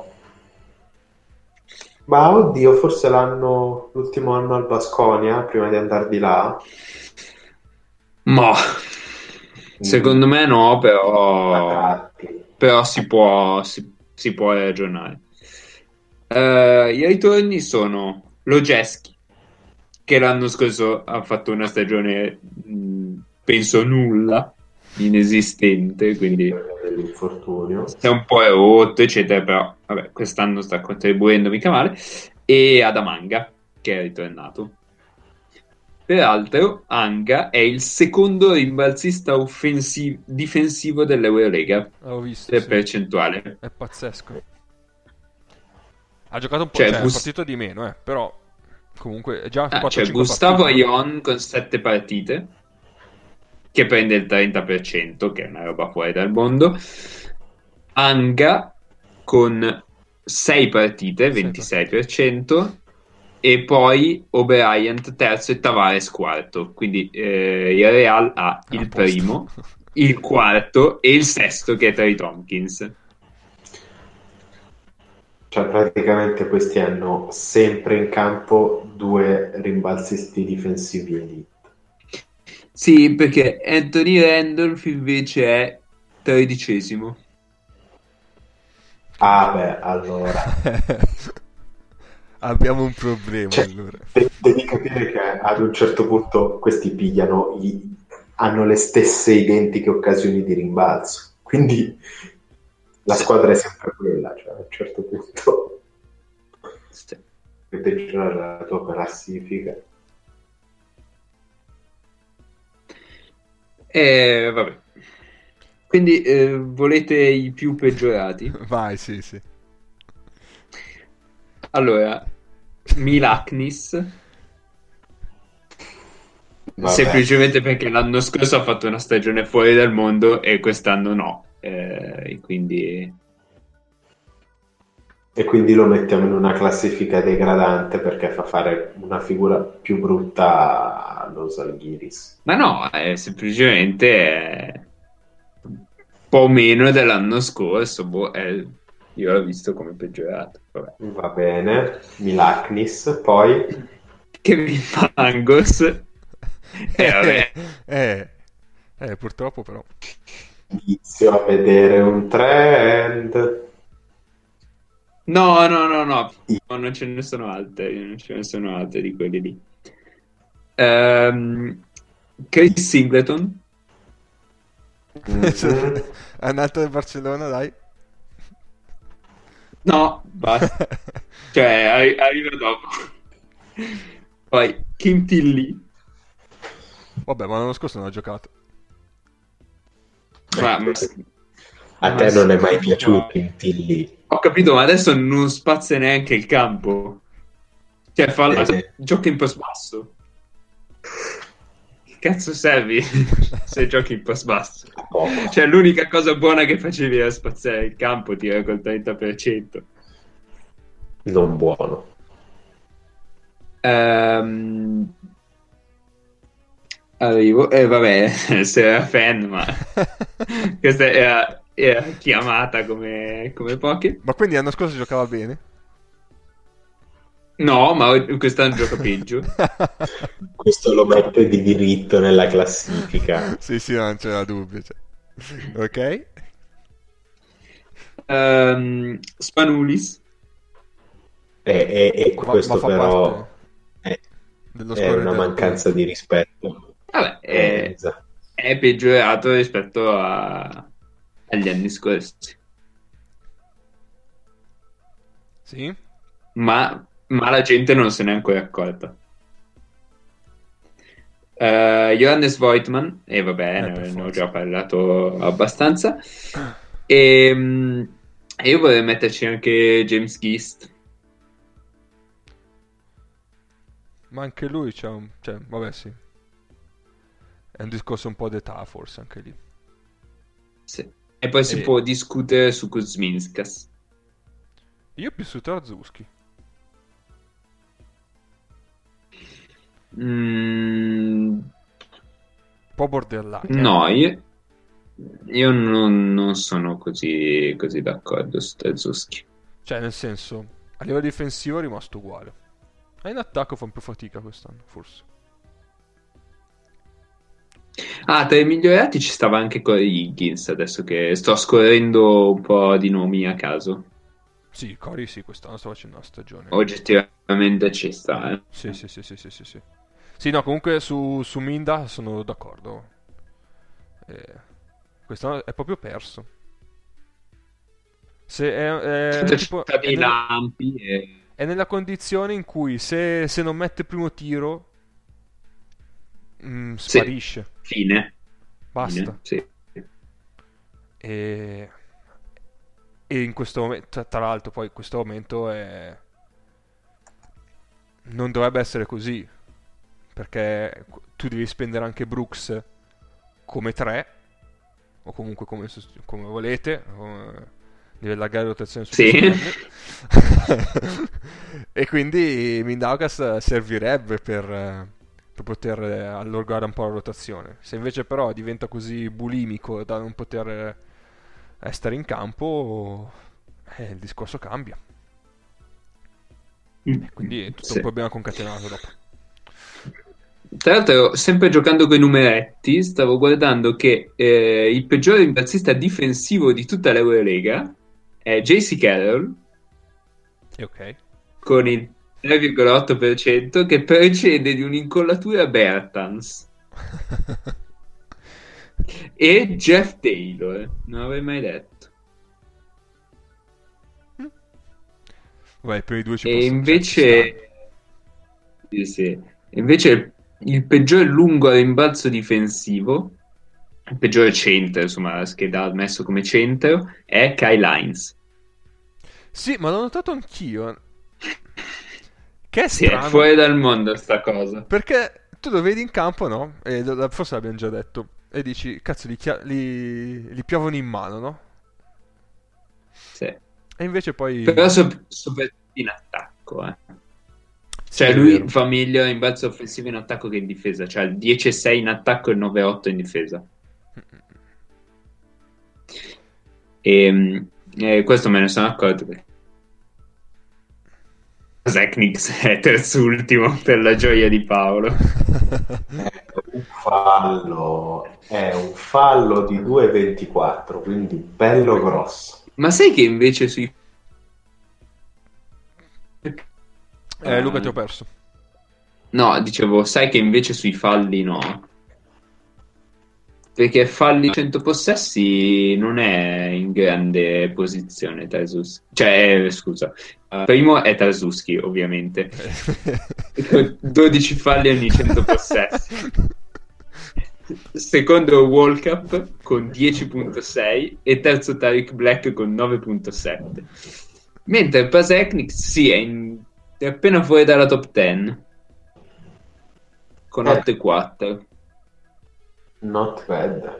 Ma oddio, forse l'ultimo anno al Baskonia, prima di andare di là. Ma secondo me no, però si può ragionare. I ritorni sono Lojeski, che l'anno scorso ha fatto una stagione, penso nulla, inesistente, quindi dell'infortunio. si è un po' rotto, eccetera, però vabbè, quest'anno sta contribuendo mica male. E Adamanga, che è ritornato. Peraltro, Anga è il secondo rimbalzista difensivo dell'Eurolega L'avevo visto, per sì. percentuale. È pazzesco. Ha giocato un po', Cioè, cioè, è partito di meno, però comunque è già 4-5 c'è Gustavo partite. Ion con 7 partite, che prende il 30%, che è una roba fuori dal mondo. Anga con 6 partite, 26%, e poi O'Brien terzo e Tavares quarto. Quindi il Real ha È a il posto. primo, il quarto e il sesto, che è Trey Tompkins. Cioè, praticamente questi hanno sempre in campo 2 rimbalzisti difensivi elite. Sì, perché Anthony Randolph invece è 13°. Ah, beh, allora. Abbiamo un problema, Cioè, allora. devi capire che ad un certo punto questi pigliano, hanno le stesse identiche occasioni di rimbalzo. Quindi la Sì. squadra è sempre quella, cioè a un certo punto Sì. per peggiorare la tua classifica. Vabbè. Quindi volete i più peggiorati? Vai, sì, sì. Allora, Milaknis, Vabbè. semplicemente perché l'anno scorso ha fatto una stagione fuori dal mondo e quest'anno no. E quindi lo mettiamo in una classifica degradante perché fa fare una figura più brutta allo Zalgiris. ma no, è semplicemente un po' meno dell'anno scorso. Io l'ho visto come peggiorato. Vabbè. Va bene, Milaknis, poi Kevin Pangos. Vabbè. Purtroppo però. inizio a vedere un trend. No, non ce ne sono altre, non ce ne sono altre di quelli lì. Chris Singleton. Mhm. È un altro del Barcellona, dai. No, basta. Cioè, arriva dopo. Poi Kim Tilly. Vabbè, ma l'anno scorso non ha giocato. Ma A te non è mai piaciuto il Tilly? Ho capito, ma adesso non spazia neanche il campo. Cioè, gioca in post basso. Che cazzo servi se giochi in post basso? Cioè, l'unica cosa buona che facevi era spaziare il campo, tirare col 30%. Non buono. Arrivo, vabbè, se era fan, ma questa era chiamata come poche. Ma quindi l'anno scorso giocava bene? No, ma quest'anno gioca peggio. Questo lo mette di diritto nella classifica. Sì, non c'era dubbio. Cioè. Ok. Spanulis. E questo ma fa però dello è score una del mancanza di rispetto. Vabbè, Esatto. è peggiorato rispetto agli anni scorsi. Sì? Ma la gente non se n'è ancora accorta. Johannes Voigtmann, e vabbè, Per ne ho forza. già parlato abbastanza. E io vorrei metterci anche James Gist. Ma anche lui c'ha un... Cioè, vabbè, sì. È un discorso un po' d'età, forse, anche lì. Sì. E poi si può discutere su Kuzminskas. Io più su Tarzuski. Un po' borderline. No, io non sono così d'accordo su Tarzuski. Cioè, nel senso, a livello difensivo è rimasto uguale. E in attacco fa un po' fatica quest'anno, forse. Tra i migliorati ci stava anche Corey Higgins, adesso che sto scorrendo un po' di nomi a caso. Sì, Cori sì, quest'anno sta facendo una stagione. Oggettivamente ci sta, eh. Sì, sì, sì, sì, sì, sì, sì. Sì, no, comunque su Minda sono d'accordo. Quest'anno è proprio perso. Se è Ci tipo sono dei lampi e... è nella condizione in cui se non mette primo tiro Sì, sparisce. fine. Basta. Sì. E, e in questo momento, tra l'altro, poi in questo momento non dovrebbe essere così. Perché tu devi spendere anche Brooks come 3, o comunque come volete. Devi allargare la rotazione su Sì. E quindi Mindaugas servirebbe per poter allargare un po' la rotazione. Se invece però diventa così bulimico da non poter stare in campo, il discorso cambia. E quindi è tutto un problema concatenato dopo. Tra l'altro, sempre giocando con i numeretti, stavo guardando che il peggiore rimbalzista difensivo di tutta l'Eurolega è JC Carroll, Ok. con il 3,8% che precede di un'incollatura Bertans. E Jeff Taylor, non l'avrei mai detto. Vai, per i due ci E posso, invece, sì. Invece il peggiore lungo a rimbalzo difensivo, il peggiore centro, insomma, scheda messo come centro, è Kyle Hines. Sì, ma l'ho notato anch'io. Che è Sì, è strano. fuori dal mondo sta cosa. Perché tu lo vedi in campo, no? E forse l'abbiamo già detto. E dici, cazzo, li piovono in mano, no? Sì. E invece poi... Però soprattutto in attacco, eh. Sì, Cioè è lui vero. fa meglio in balzo offensivo in attacco che in difesa, cioè il 10-6 in attacco e il 9-8 in difesa. E questo me ne sono accorto perché Zeknics è terzultimo per la gioia di Paolo. È un fallo di 2,24, quindi bello grosso. Ma sai che invece sui... Luca, ti ho perso. No, dicevo, sai che invece sui falli no? Perché falli 100 possessi non è in grande posizione Tarzus. Cioè, scusa, primo è Tarzuski, ovviamente. 12 falli ogni 100 possessi. Secondo World Cup con 10.6 e terzo Tariq Black con 9.7. Mentre Pasechnik sì, è appena fuori dalla top 10 con 8.4. Not bad.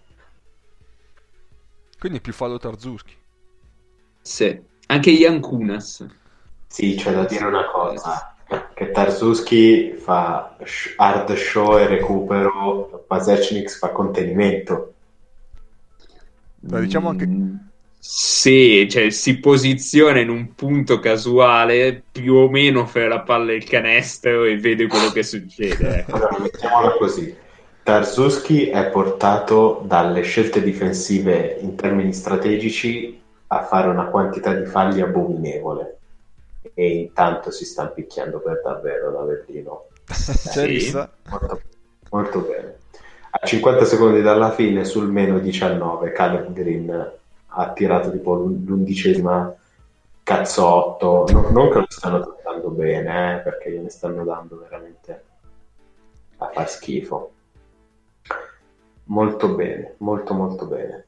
Quindi più fallo Tarzuski. Sì, anche Jan Kunas. Sì, c'è da dire una cosa, che Tarzuski fa hard show e recupero, Pasechnik fa contenimento. Ma diciamo anche... Sì, cioè si posiziona in un punto casuale più o meno fra la palla e il canestro e vede quello che succede. Allora, mettiamola così. Tarzuski è portato dalle scelte difensive in termini strategici a fare una quantità di falli abominevole e intanto si sta picchiando per davvero da Berlino. C'è rissa? Molto, molto bene. A 50 secondi dalla fine sul meno 19 Caleb Green ha tirato tipo l'11ª cazzotto, non che lo stanno trattando bene, perché gliene stanno dando veramente a far schifo. Molto bene, molto molto bene.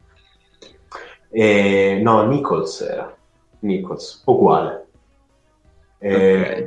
No, Nichols era uguale. Ok.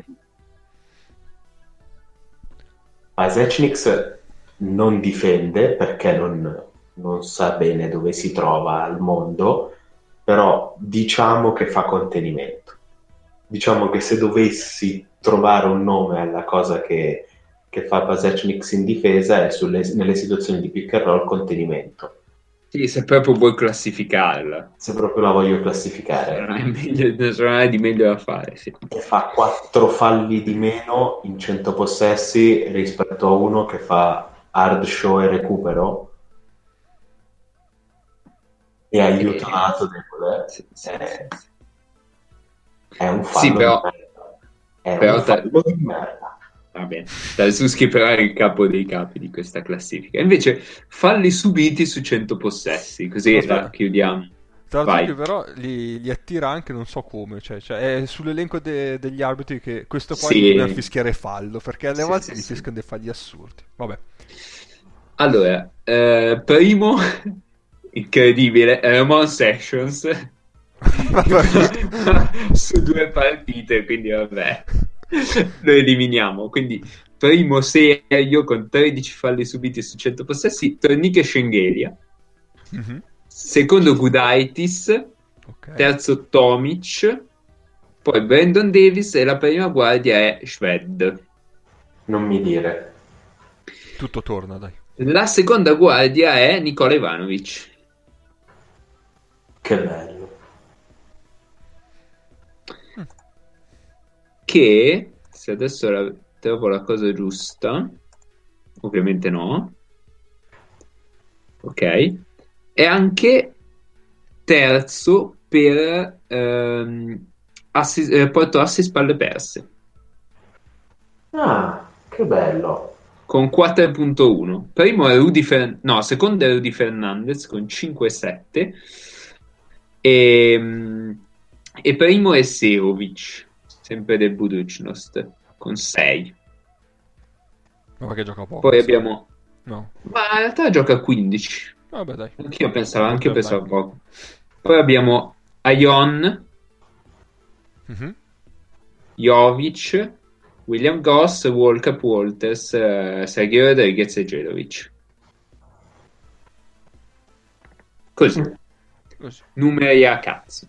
Pasechnik non difende perché non sa bene dove si trova al mondo, però diciamo che fa contenimento. Diciamo che se dovessi trovare un nome alla cosa che fa Pasechnik in difesa è nelle situazioni di pick and roll contenimento. Sì, se proprio vuoi classificarla. Se proprio la voglio classificare. Non è di meglio da fare, sì. Che fa 4 falli di meno in 100 possessi rispetto a uno che fa hard show e recupero e aiuta un altro debole. Sì. È un Sì, fallo però- di merda. È però un fallo di merda. Va bene, Tarzuski però è il capo dei capi di questa classifica. Invece falli subiti su 100 possessi, così Aspetta. la chiudiamo. Tarzuki Vai. però li attira anche non so come, cioè è sull'elenco degli arbitri che questo qua Sì. gli dobbiamo fischiare fallo, perché alle Sì, volte sì, gli sì. fischiano dei falli assurdi. Vabbè. Allora, primo, incredibile, Ramon Sessions su 2 partite, quindi vabbè, lo eliminiamo. Quindi primo serio con 13 falli subiti su 100 possessi, Torniche Schengelia. Mhm. Secondo Gudaitis, Ok. terzo Tomic, poi Brandon Davis e la prima guardia è Shved. Non mi dire. Tutto torna, dai. La seconda guardia è Nikola Ivanovic. Che bello. Che, se adesso trovo la cosa giusta, ovviamente no, ok, è anche terzo per porto assist palle perse, Ah, che bello. con 4.1. Primo è secondo è Rudy Fernandez con 5,7 e primo è Serovic, sempre del Budućnost, con 6. Ma perché gioca poco? Poi sì. abbiamo... No. Ma in realtà gioca 15. Vabbè, dai. Anch'io pensavo Borderline. poco. Poi abbiamo Aion, Mhm. Jovic, William Goss, Walcap Walters, Sergio Rodriguez e Jerovic. Così, Così. numeri a cazzo.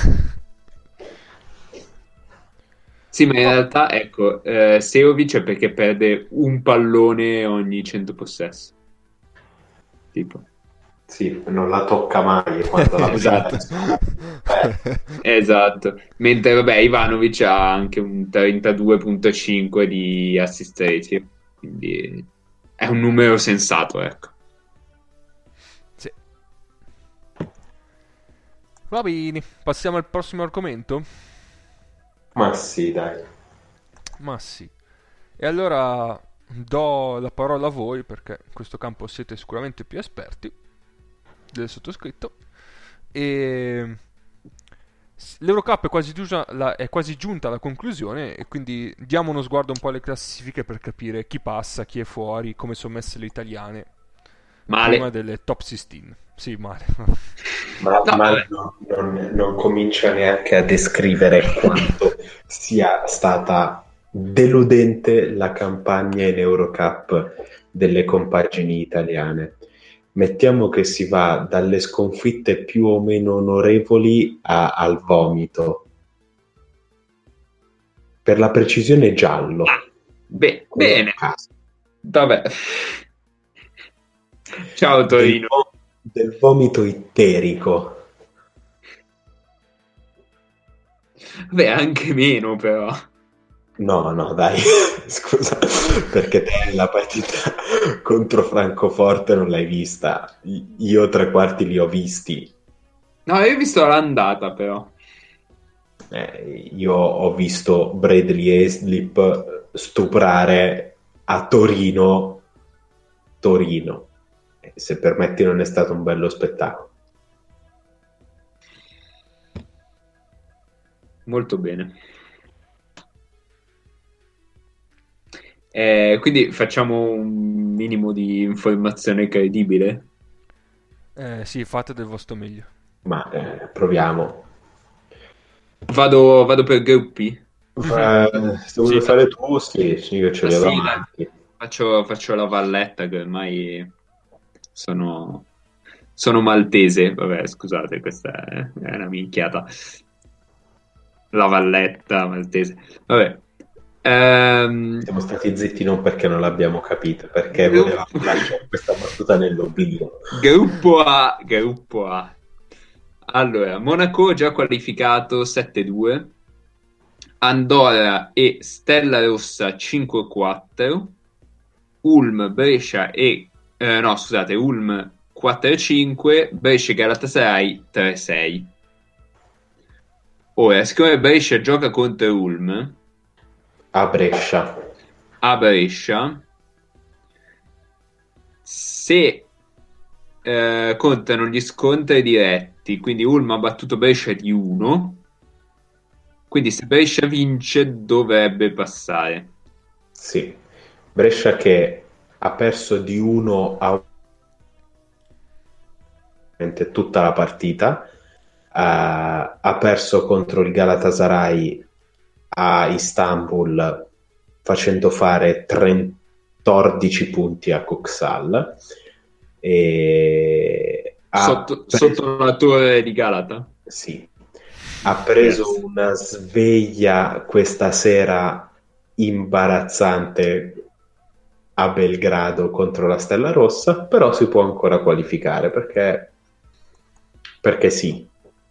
Sì, ma in realtà, ecco, Seovic è perché perde un pallone ogni 100 possessi. Tipo. Sì, non la tocca mai quando la Esatto. Esatto. Mentre, vabbè, Ivanovic ha anche un 32.5 di assist ratio. Quindi è un numero sensato, ecco. Sì. Va bene, passiamo al prossimo argomento? Ma sì, dai. Ma sì. E allora do la parola a voi perché in questo campo siete sicuramente più esperti del sottoscritto. E l'Eurocup è quasi giunta alla conclusione e quindi diamo uno sguardo un po' alle classifiche per capire chi passa, chi è fuori, come sono messe le italiane Male. prima delle top 16. Sì, male. Ma No, vabbè. non comincia neanche a descrivere quanto sia stata deludente la campagna in Eurocup delle compagini italiane. Mettiamo che si va dalle sconfitte più o meno onorevoli al vomito. Per la precisione giallo. Bene. Vabbè. Ciao Torino. Del vomito itterico. Vabbè, anche meno però. No, dai, scusa, perché te la partita contro Francoforte non l'hai vista. Io 3/4 li ho visti. No, io ho visto l'andata però. Io ho visto Bradley Heslip stuprare a Torino. Se permetti, non è stato un bello spettacolo. Molto bene. Quindi facciamo un minimo di informazione credibile. Sì, fate del vostro meglio. Ma proviamo. Vado per gruppi. Se vuoi fare tu, sì, io ce li ho Sì, davanti. faccio la Valletta che ormai sono maltese. Vabbè, scusate, questa è una minchiata. La Valletta maltese. Vabbè. Siamo stati zitti non perché non l'abbiamo capito, perché volevamo lasciare questa battuta nell'oblio. Gruppo A. Allora, Monaco già qualificato 7-2, Andorra e Stella Rossa 5-4, Ulm, Brescia Ulm 4-5, Brescia e Galatasaray 3-6. Ora, siccome Brescia gioca contro Ulm A Brescia. a Brescia, se contano gli scontri diretti, quindi Ulm ha battuto Brescia di 1, quindi se Brescia vince dovrebbe passare. Sì. Brescia che ha perso di 1 a tutta la partita, ha perso contro il Galatasaray a Istanbul facendo fare 14 punti a Koksal e Sotto la torre di Galata. sì, ha preso Yes. una sveglia questa sera imbarazzante a Belgrado contro la Stella Rossa, però si può ancora qualificare perché sì,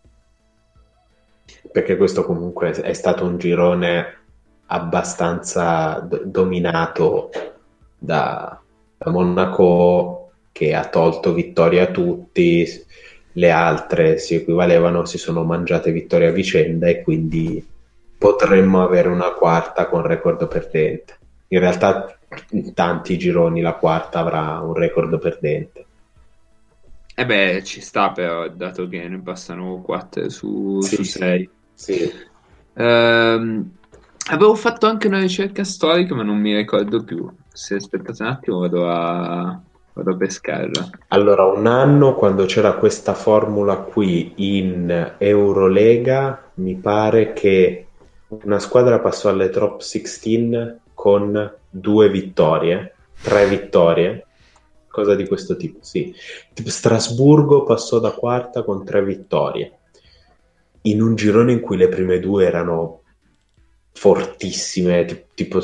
perché questo comunque è stato un girone abbastanza dominato da Monaco, che ha tolto vittorie a tutti, le altre si equivalevano, si sono mangiate vittorie a vicenda e quindi potremmo avere una quarta con record perdente. In realtà in tanti gironi la quarta avrà un record perdente. E beh, ci sta però, dato che ne passano 4 su Sì, 6. sì. Avevo fatto anche una ricerca storica, ma non mi ricordo più. Se aspettate un attimo, vado a pescarla. Allora, un anno quando c'era questa formula qui in Eurolega, mi pare che una squadra passò alle top 16 con 2 vittorie, 3 vittorie, cosa di questo tipo, sì. Tipo Strasburgo passò da quarta con 3 vittorie, in un girone in cui le prime 2 erano fortissime, tipo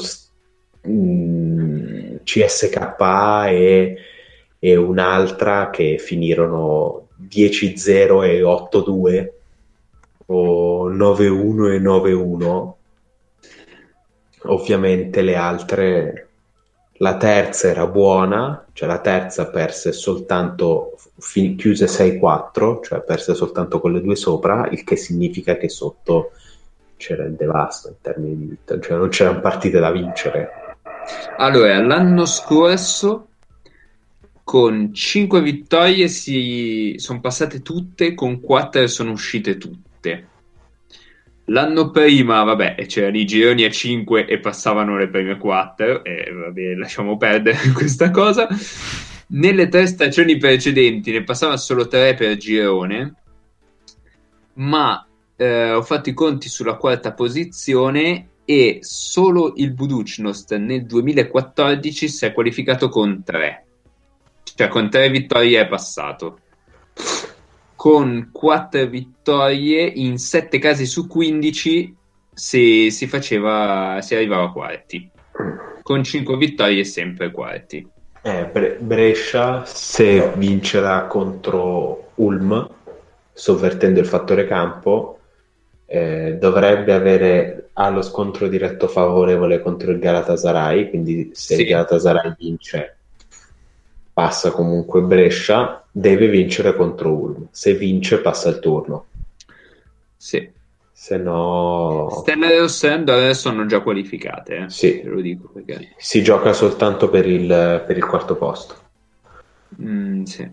CSKA e un'altra che finirono 10-0 e 8-2 o 9-1 e 9-1. Ovviamente le altre, la terza era buona, cioè la terza perse soltanto chiuse 6-4, cioè perse soltanto con le 2 sopra, il che significa che sotto c'era il devasto in termini di vita, cioè non c'erano partite da vincere. Allora, l'anno scorso con 5 vittorie sono passate tutte, con 4 sono uscite tutte. L'anno prima, vabbè, c'erano i gironi a 5 e passavano le prime 4, e vabbè, lasciamo perdere questa cosa. Nelle 3 stagioni precedenti ne passavano solo 3 per girone, ma ho fatto i conti sulla quarta posizione e solo il Budućnost nel 2014 si è qualificato con 3. Cioè con 3 vittorie è passato. Con 4 vittorie in 7 casi su 15 si arrivava a quarti. Con 5 vittorie sempre quarti. Brescia, se vincerà contro Ulm, sovvertendo il fattore campo, dovrebbe avere lo scontro diretto favorevole contro il Galatasaray, quindi se Sì. il Galatasaray vince passa comunque Brescia, deve vincere contro Ulm, se vince passa il turno, Sì. se no Stella Rossa e Andorra sono già qualificate, sì, te lo dico perché si gioca soltanto per il quarto posto. sì.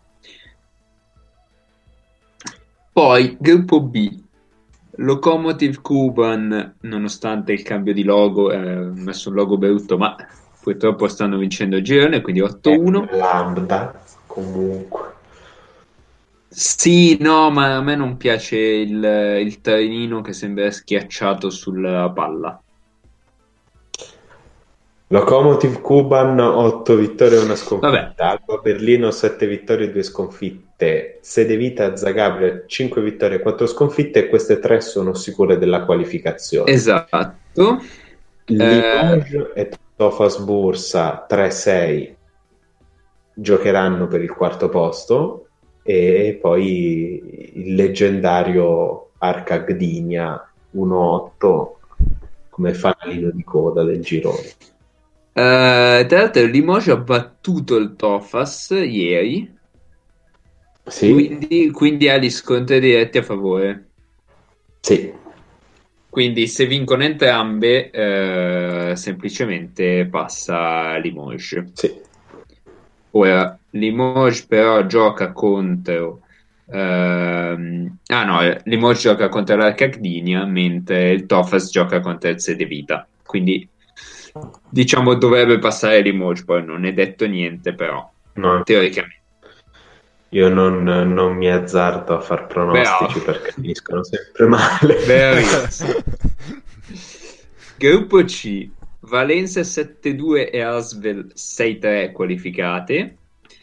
Poi gruppo B, Lokomotiv Kuban, nonostante il cambio di logo, ha messo un logo brutto, ma purtroppo stanno vincendo il girone, quindi 8-1. Lambda comunque. Sì, no, ma a me non piace il trenino che sembra schiacciato sulla palla. Lokomotiv Kuban 8 vittorie e una Vabbè. sconfitta, Alba Berlino 7 vittorie e 2 sconfitte, Sedevita Zagabria 5 vittorie e 4 sconfitte, e queste 3 sono sicure della qualificazione. Esatto. Limoges e Tofas Bursa 3-6 giocheranno per il quarto posto, e poi il leggendario Arca Gdynia 1-8 come fanalino di coda del girone. Tra l'altro Limoges ha battuto il Tofas ieri, Sì, quindi ha gli scontri diretti a favore. sì. Quindi se vincono entrambe, semplicemente passa Limoges. Sì. Ora, Limoges però gioca contro... Limoges gioca contro l'Arcagdinia, mentre il Tofas gioca contro il Cedevita. Quindi, diciamo, dovrebbe passare Limoges, poi non è detto niente, però, No, teoricamente. io non mi azzardo a far pronostici Bravo. perché finiscono sempre male. Gruppo C, Valencia 7-2 e Asvel 6-3 qualificate,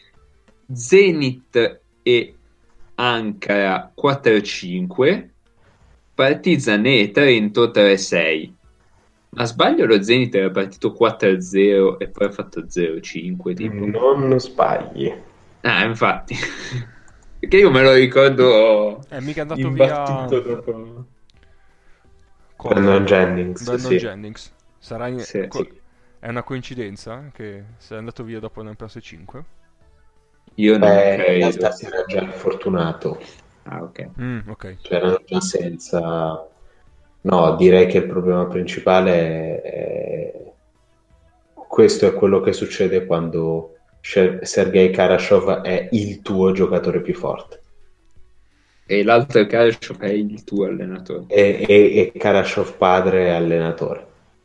Zenit e Ankara 4-5, Partizan e Trento 3-6. Ma sbaglio, lo Zenit era partito 4-0 e poi ha fatto 0-5 tipo. Non sbagli. Infatti. Perché io me lo ricordo mica è andato imbattuto via dopo. Brandon Jennings, Brandon sì. Jennings. Sarà Sì. È una coincidenza che sia andato via dopo ne ha perso 5? Io non In credo. realtà si era già infortunato. Ok. Ok. C'erano già senza... No, direi che il problema principale è... Questo è quello che succede quando Sergei Karashov è il tuo giocatore più forte. E l'altro calcio è il tuo allenatore. E Karashov padre è allenatore.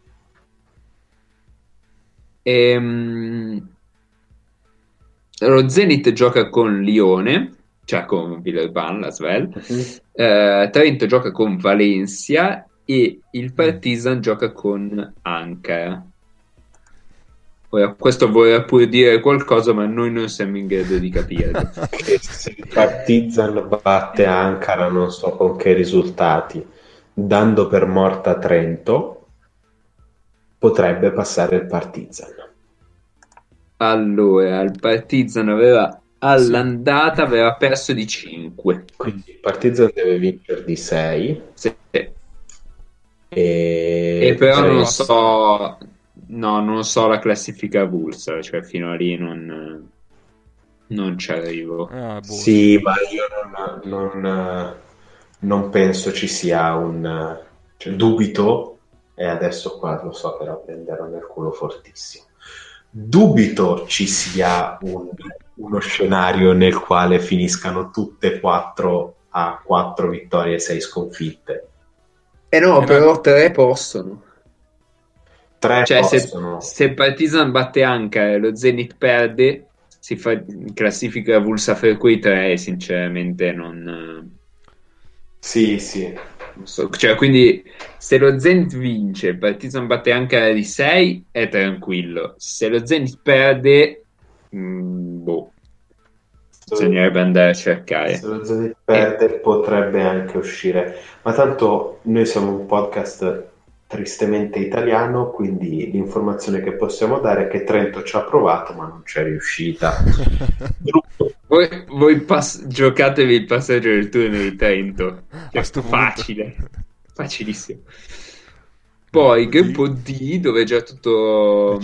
Lo Zenit gioca con Lione, cioè con Villeurbanne, la Svel. Trento gioca con Valencia e il Partizan gioca con Ankara. Ora, questo vorrà pure dire qualcosa, ma noi non siamo in grado di capirlo. Che se il Partizan batte Ankara, non so con che risultati, dando per morta Trento, potrebbe passare il Partizan. Allora, il Partizan all'andata aveva perso di 5. Quindi il Partizan deve vincere di 6. Sì. E però Trento- non so, no, non so la classifica avulsa, cioè fino a lì non ci arrivo. Sì, ma io non penso ci sia un... Cioè, dubito, e adesso qua lo so che la prenderò nel culo fortissimo, dubito ci sia uno scenario nel quale finiscano tutte e 4 a 4 vittorie e 6 sconfitte. No, però 3 possono. 3 Cioè, possono. se il Partizan batte Ankara e lo Zenit perde, si fa classifica avulsa per quei 3 e sinceramente non... Sì, sì. non so. Cioè, quindi se lo Zenit vince, il Partizan batte Ankara di 6, è tranquillo. Se lo Zenit perde, bisognerebbe andare a cercare. Se lo Zenit perde potrebbe anche uscire, ma tanto noi siamo un podcast tristemente italiano, quindi l'informazione che possiamo dare è che Trento ci ha provato ma non c'è riuscita. Voi giocatevi il passaggio del turno di Trento. Cioè, facile, facilissimo. Poi gruppo D, dove è già tutto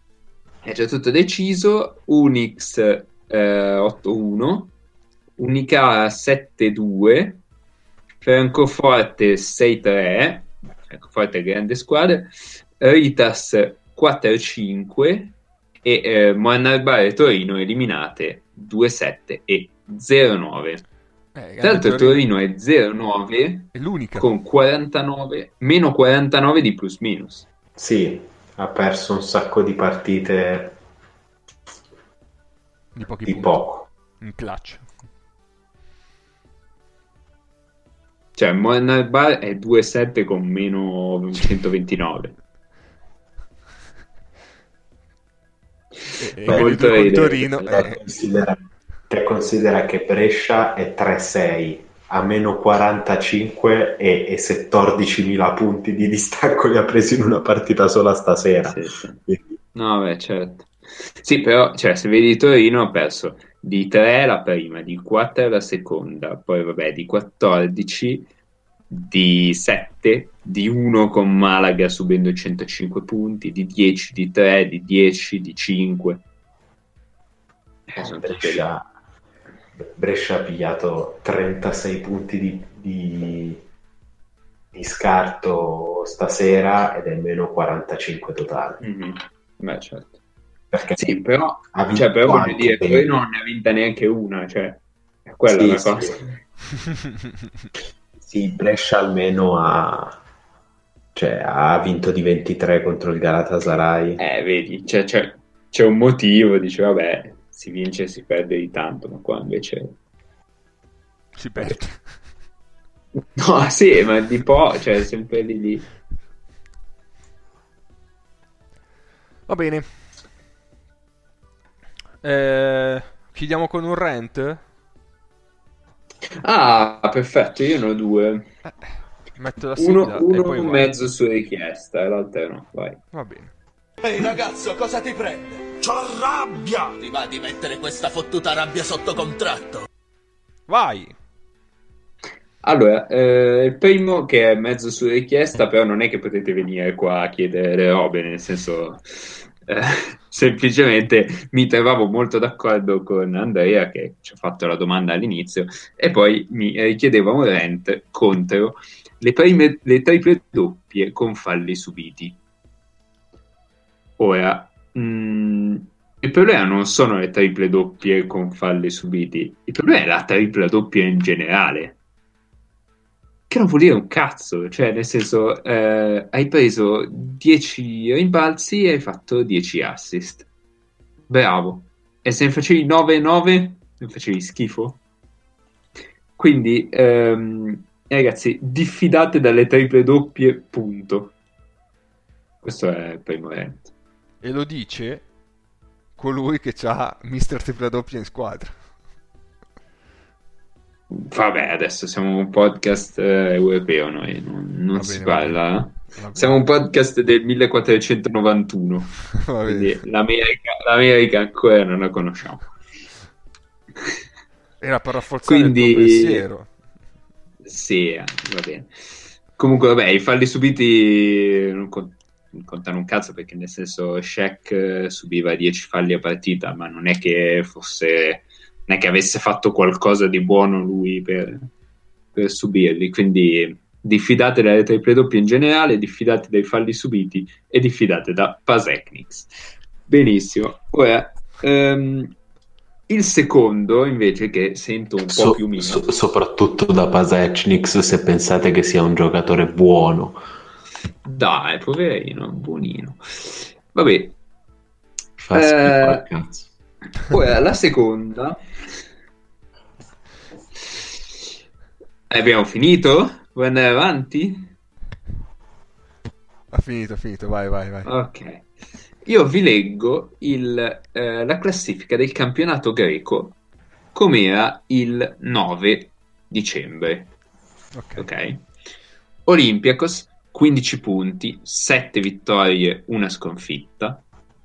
deciso. Unix 8-1, Unicara 7-2, Francoforte 6-3, Francoforte è grande squadra, Ritas 4-5 e Moannarbare e Torino eliminate 2-7 e 0-9. Tra l'altro Torino è 0-9, è l'unica con 49, meno 49 di plus minus. Sì, ha perso un sacco di partite di pochi di punti. poco. In clutch. Cioè Moannarbare è 2-7 con meno 129. Oltre il Torino considera che Brescia è 3-6 a meno 45 e 14.000 punti di distacco li ha presi in una partita sola stasera. Sì. No, beh, certo. Sì, però, cioè, se vedi Torino ha perso di 3 la prima, di 4 la seconda, poi vabbè, di 14, di 7, di 1 con Malaga subendo 105 punti, di 10, di 3, di 10, di 5. Brescia ha pigliato 36 punti Ti scarto stasera ed è meno 45 totale. Beh, certo. Perché sì, però, cioè, però voglio dire, poi non ne ha vinta neanche una, cioè, è quella la cosa. Sì, Brescia almeno ha vinto di 23 contro il Galatasaray. Vedi, c'è un motivo, dice, vabbè, si vince e si perde di tanto, ma qua invece... Si perde. No, sì, ma di po', cioè, sempre lì. Va bene. Chiudiamo con un rant? Ah, perfetto, io ne ho due. Metto la sigla Uno e poi vai. mezzo su richiesta, e l'altro no, vai. Va bene. Ehi ragazzo, cosa ti prende? C'ho rabbia! Ti va di mettere questa fottuta rabbia sotto contratto? Vai! Allora, il primo che è mezzo su richiesta, però non è che potete venire qua a chiedere le robe, nel senso, semplicemente mi trovavo molto d'accordo con Andrea che ci ha fatto la domanda all'inizio e poi mi richiedeva un rant contro le triple doppie con falli subiti. Ora, il problema non sono le triple doppie con falli subiti, il problema è la tripla doppia in generale. Che non vuol dire un cazzo, cioè nel senso hai preso 10 rimbalzi e hai fatto 10 assist. Bravo. E se ne facevi 9-9 ne facevi schifo. Quindi ragazzi, diffidate dalle triple doppie, punto. Questo è il primo rant. E lo dice colui che ha Mister Tripla Doppia in squadra. Vabbè, adesso siamo un podcast europeo, noi non si parla. Siamo un podcast del 1491, quindi l'America ancora non la conosciamo. Era per rafforzare il tuo pensiero. Sì, va bene. Comunque, vabbè, i falli subiti non contano un cazzo, perché nel senso Shaq subiva 10 falli a partita, ma non è che avesse fatto qualcosa di buono lui per subirli, quindi diffidate dalle triple doppie in generale, diffidate dai falli subiti e diffidate da Pasechniks. Benissimo. Ora, il secondo invece, che sento un po' più mio, soprattutto da Pasechniks, se pensate che sia un giocatore buono. Dai, poverino, buonino. Vabbè, fa schifo al cazzo. Ora la seconda. Abbiamo finito? Vuoi andare avanti? Ha finito, vai. Ok. Io vi leggo la classifica del campionato greco com'era il 9 dicembre. Ok. Olympiakos 15 punti, 7 vittorie, 1 sconfitta.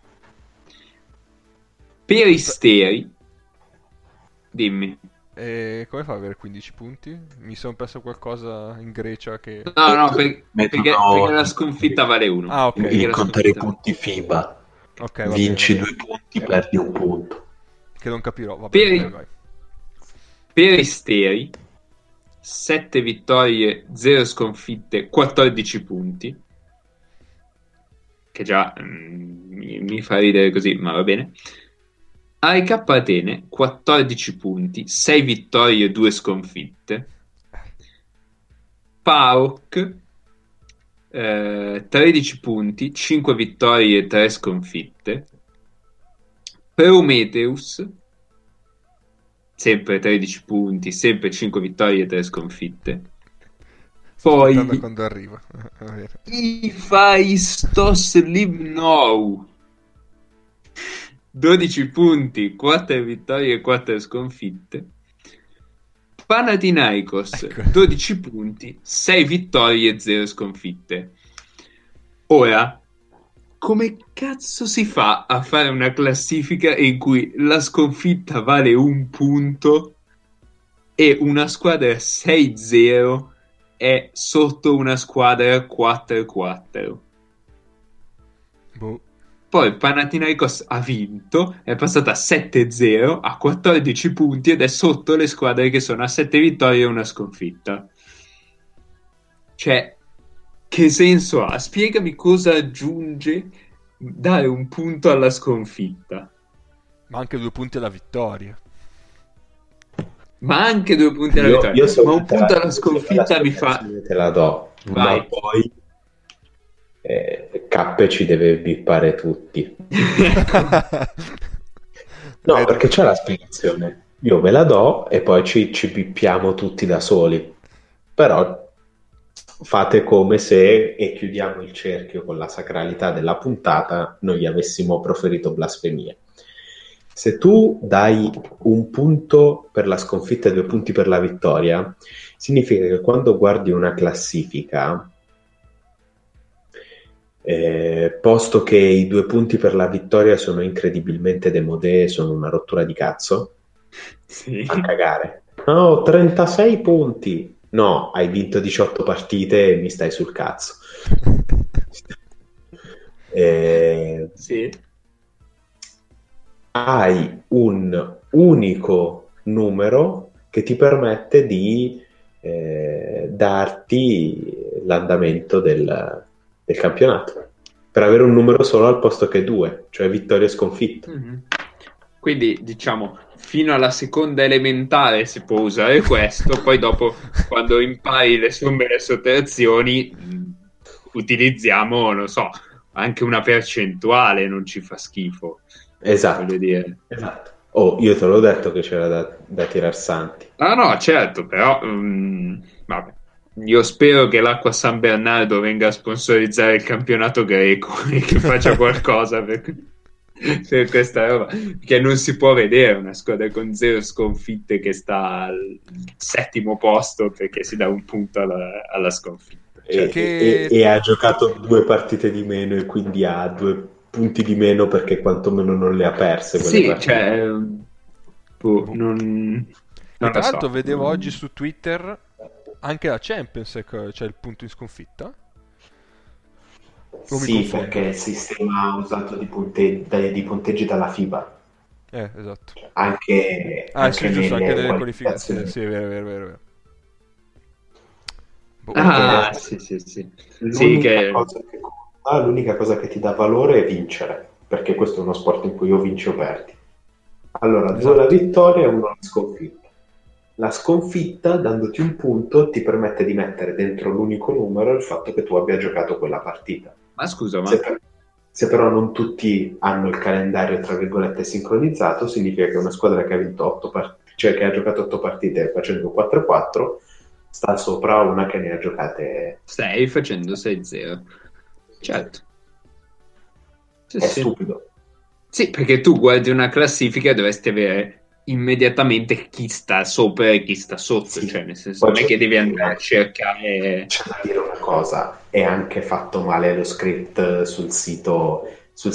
Peristeri, dimmi. E come fa ad avere 15 punti? Mi sono perso qualcosa in Grecia che... No, perché la sconfitta vale 1. Ah, ok. Devi contare i punti FIBA. Okay, vinci bene. 2 punti, perdi 1 punto. Che non capirò, va bene, vai. Peristeri 7 vittorie, 0 sconfitte, 14 punti. Che già mi fa ridere così, ma va bene. AEK Atene 14 punti, 6 vittorie, 2 sconfitte. PAOK 13 punti, 5 vittorie, 3 sconfitte. Prometheus sempre 13 punti, sempre 5 vittorie e 3 sconfitte. Poi quando arriva. Hephaistos Livnou 12 punti, 4 vittorie e 4 sconfitte. Panathinaikos 12 punti, 6 vittorie e 0 sconfitte. Ora, come cazzo si fa a fare una classifica in cui la sconfitta vale 1 punto e una squadra 6-0 è sotto una squadra 4-4? Boh. Poi Panathinaikos ha vinto, è passata a 7-0, a 14 punti ed è sotto le squadre che sono a 7 vittorie e una sconfitta. Cioè, che senso ha? Spiegami cosa aggiunge dare un punto alla sconfitta. Ma anche 2 punti alla vittoria. Ma anche 2 punti alla vittoria. Ma un punto alla sconfitta mi fa... Te la do. Vai. Ma poi Cappe ci deve bippare tutti. No, Vedo. perché c'è la spiegazione. Io ve la do e poi ci bippiamo tutti da soli. Però fate come se, e chiudiamo il cerchio con la sacralità della puntata, noi gli avessimo proferito blasfemie. Se tu dai 1 punto per la sconfitta e 2 punti per la vittoria, significa che quando guardi una classifica, posto che i 2 punti per la vittoria sono incredibilmente démodé, sono una rottura di cazzo, Sì. a cagare. No, 36 punti. No, hai vinto 18 partite e mi stai sul cazzo. Sì. Hai un unico numero che ti permette di darti l'andamento del campionato, per avere un numero solo al posto che 2, cioè vittoria e sconfitta. Mm-hmm. Quindi, diciamo, fino alla seconda elementare si può usare questo, poi dopo, quando impari le somme e le sottrazioni, utilizziamo, non so, anche una percentuale, non ci fa schifo. Esatto. Voglio dire. Esatto. Oh, io te l'ho detto che c'era da tirar santi. Ah no, certo, però vabbè. Io spero che l'Acqua San Bernardo venga a sponsorizzare il campionato greco e che faccia qualcosa per questa roba, che non si può vedere una squadra con 0 sconfitte che sta al 7° posto perché si dà 1 punto alla sconfitta. E ha giocato 2 partite di meno e quindi ha 2 punti di meno perché quantomeno non le ha perse quelle Sì, partite. cioè non Tra lo l'altro so. vedevo oggi su Twitter anche la Champions c'è il punto in sconfitta. O mi Sì, confondo? perché il sistema usato di punteggi dalla FIBA. Esatto. Anche Sì, giusto, anche nelle qualificazioni. qualificazioni. Sì, è vero. Boh, Ah, sì. Sì, L'unica cosa che ti dà valore è vincere, perché questo è uno sport in cui o vinci o perdi. Allora, 2 la vittoria e 1 la sconfitta. La sconfitta, dandoti 1 punto, ti permette di mettere dentro l'unico numero il fatto che tu abbia giocato quella partita. Ma scusa, ma Se però non tutti hanno il calendario, tra virgolette, sincronizzato, significa che una squadra che ha vinto 8 partite, cioè che ha giocato 8 partite facendo 4-4, sta sopra una che ne ha giocate... stai facendo 6-0. Certo. Sì, È sì. stupido. Sì, perché tu guardi una classifica e dovresti avere immediatamente chi sta sopra e chi sta sotto, Sì. cioè nel senso non è che devi andare a cercare. C'è da dire una cosa, è anche fatto male lo script sul sito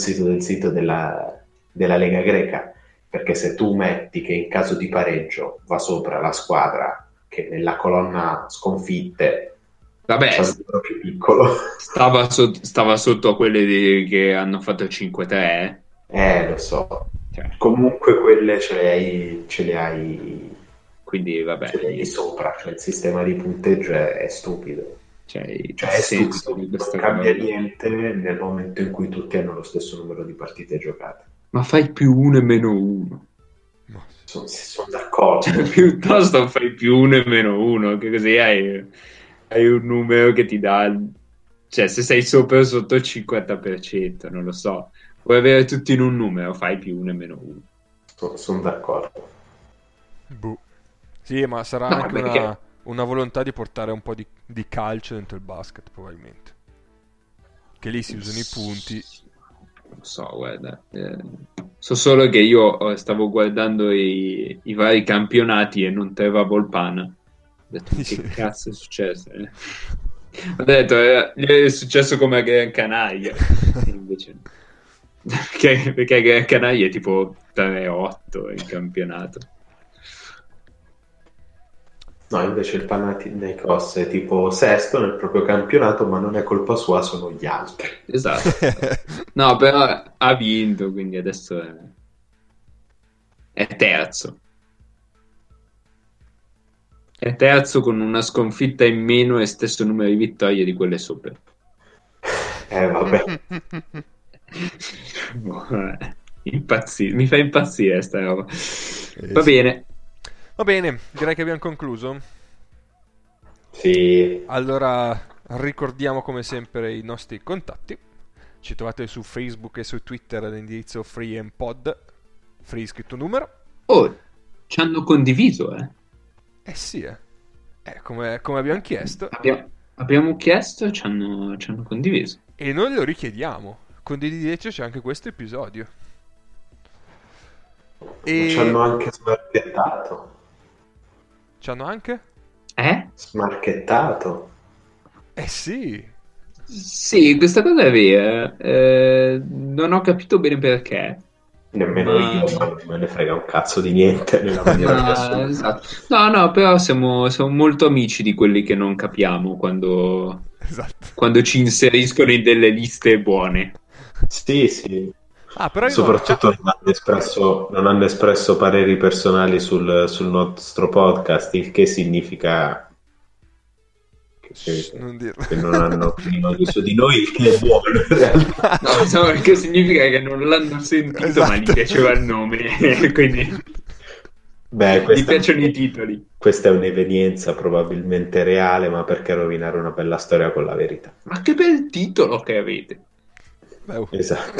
della Lega Greca, perché se tu metti che in caso di pareggio va sopra la squadra che nella colonna sconfitte Vabbè, c'è un numero più piccolo. stava sotto a quelle che hanno fatto 5-3. Lo so. Cioè, Comunque quelle ce le hai quindi vabbè, ce le hai sopra, cioè il sistema di punteggio è stupido. cioè È stupido, non cambia niente nel momento in cui tutti hanno lo stesso numero di partite giocate. Ma fai +1 e -1. Sono d'accordo. Cioè, piuttosto fai +1 e -1, che così hai un numero che ti dà, cioè se sei sopra o sotto il 50%, non lo so, vuoi avere tutti in un numero, fai +1 e -1. Sono d'accordo. Boh. Sì, ma sarà No, anche perché- una volontà di portare un po' di calcio dentro il basket, probabilmente. Che lì si usano i punti. Non so, guarda, so solo che io stavo guardando i vari campionati e non trovavo il PAN. Ho detto, ma che cazzo è successo? Ho detto, gli è successo come a Gran Canaria. E invece no. Perché a Gran Canaria è tipo 3-8 il campionato. No, invece il Panathinaikos è tipo sesto nel proprio campionato, ma non è colpa sua, sono gli altri. Esatto. No, però ha vinto, quindi adesso è terzo. È terzo con una sconfitta in meno e stesso numero di vittorie di quelle sopra. Vabbè. Mi fa impazzire sta roba. Va bene. Va bene, direi che abbiamo concluso. Sì. Allora ricordiamo come sempre i nostri contatti. Ci trovate su Facebook e su Twitter all'indirizzo FreeMPod, free scritto numero. Oh, ci hanno condiviso, Sì, come abbiamo chiesto. Abbiamo chiesto e ci hanno condiviso. E noi lo richiediamo. Condivideteci anche questo episodio. E Ci hanno anche smarchettato. ci hanno anche? Smarchettato. Sì. Sì, questa cosa è vera. Non ho capito bene perché. Nemmeno io, ma non me ne frega un cazzo di niente nella maniera più assurda. Esatto. No, però siamo molto amici di quelli che non capiamo Esatto. quando ci inseriscono in delle liste buone. Sì. Però soprattutto non hanno espresso pareri personali sul nostro podcast, il che significa non dirlo. che non hanno opinioni su di noi, il che è buono in realtà. No, insomma, perché significa che non l'hanno sentito, Esatto. ma gli piaceva il nome, quindi gli piacciono i titoli. Questa è un'evenienza probabilmente reale, ma perché rovinare una bella storia con la verità? Ma che bel titolo che avete! Esatto.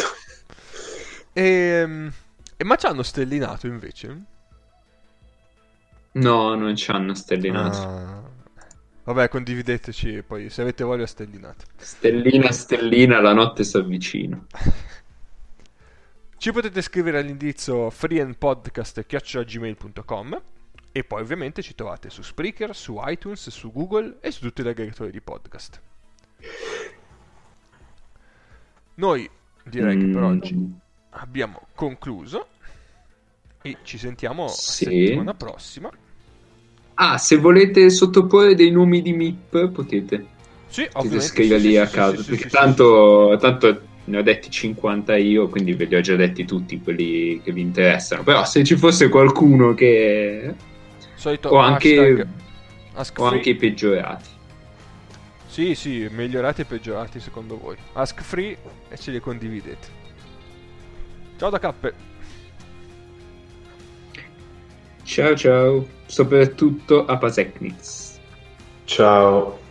Ma ci hanno stellinato invece? No, non ci hanno stellinato. Vabbè, condivideteci e poi se avete voglia stellinate. Stellina, la notte si avvicina. Ci potete scrivere all'indirizzo freeandpodcast@gmail.com e poi ovviamente ci trovate su Spreaker, su iTunes, su Google e su tutti gli aggregatori di podcast. Noi direi che per oggi abbiamo concluso e ci sentiamo settimana prossima. Se volete sottoporre dei nomi di MIP potete. Sì, ovviamente. Scriverli a caso, perché tanto ne ho detti 50 io, quindi ve li ho già detti tutti quelli che vi interessano. Però se ci fosse qualcuno che... Solito o anche i peggiorati. Sì, migliorati e peggiorati secondo voi. Ask free e ce li condividete. Ciao da Cappe. Ciao, soprattutto a Paseknitz. Ciao.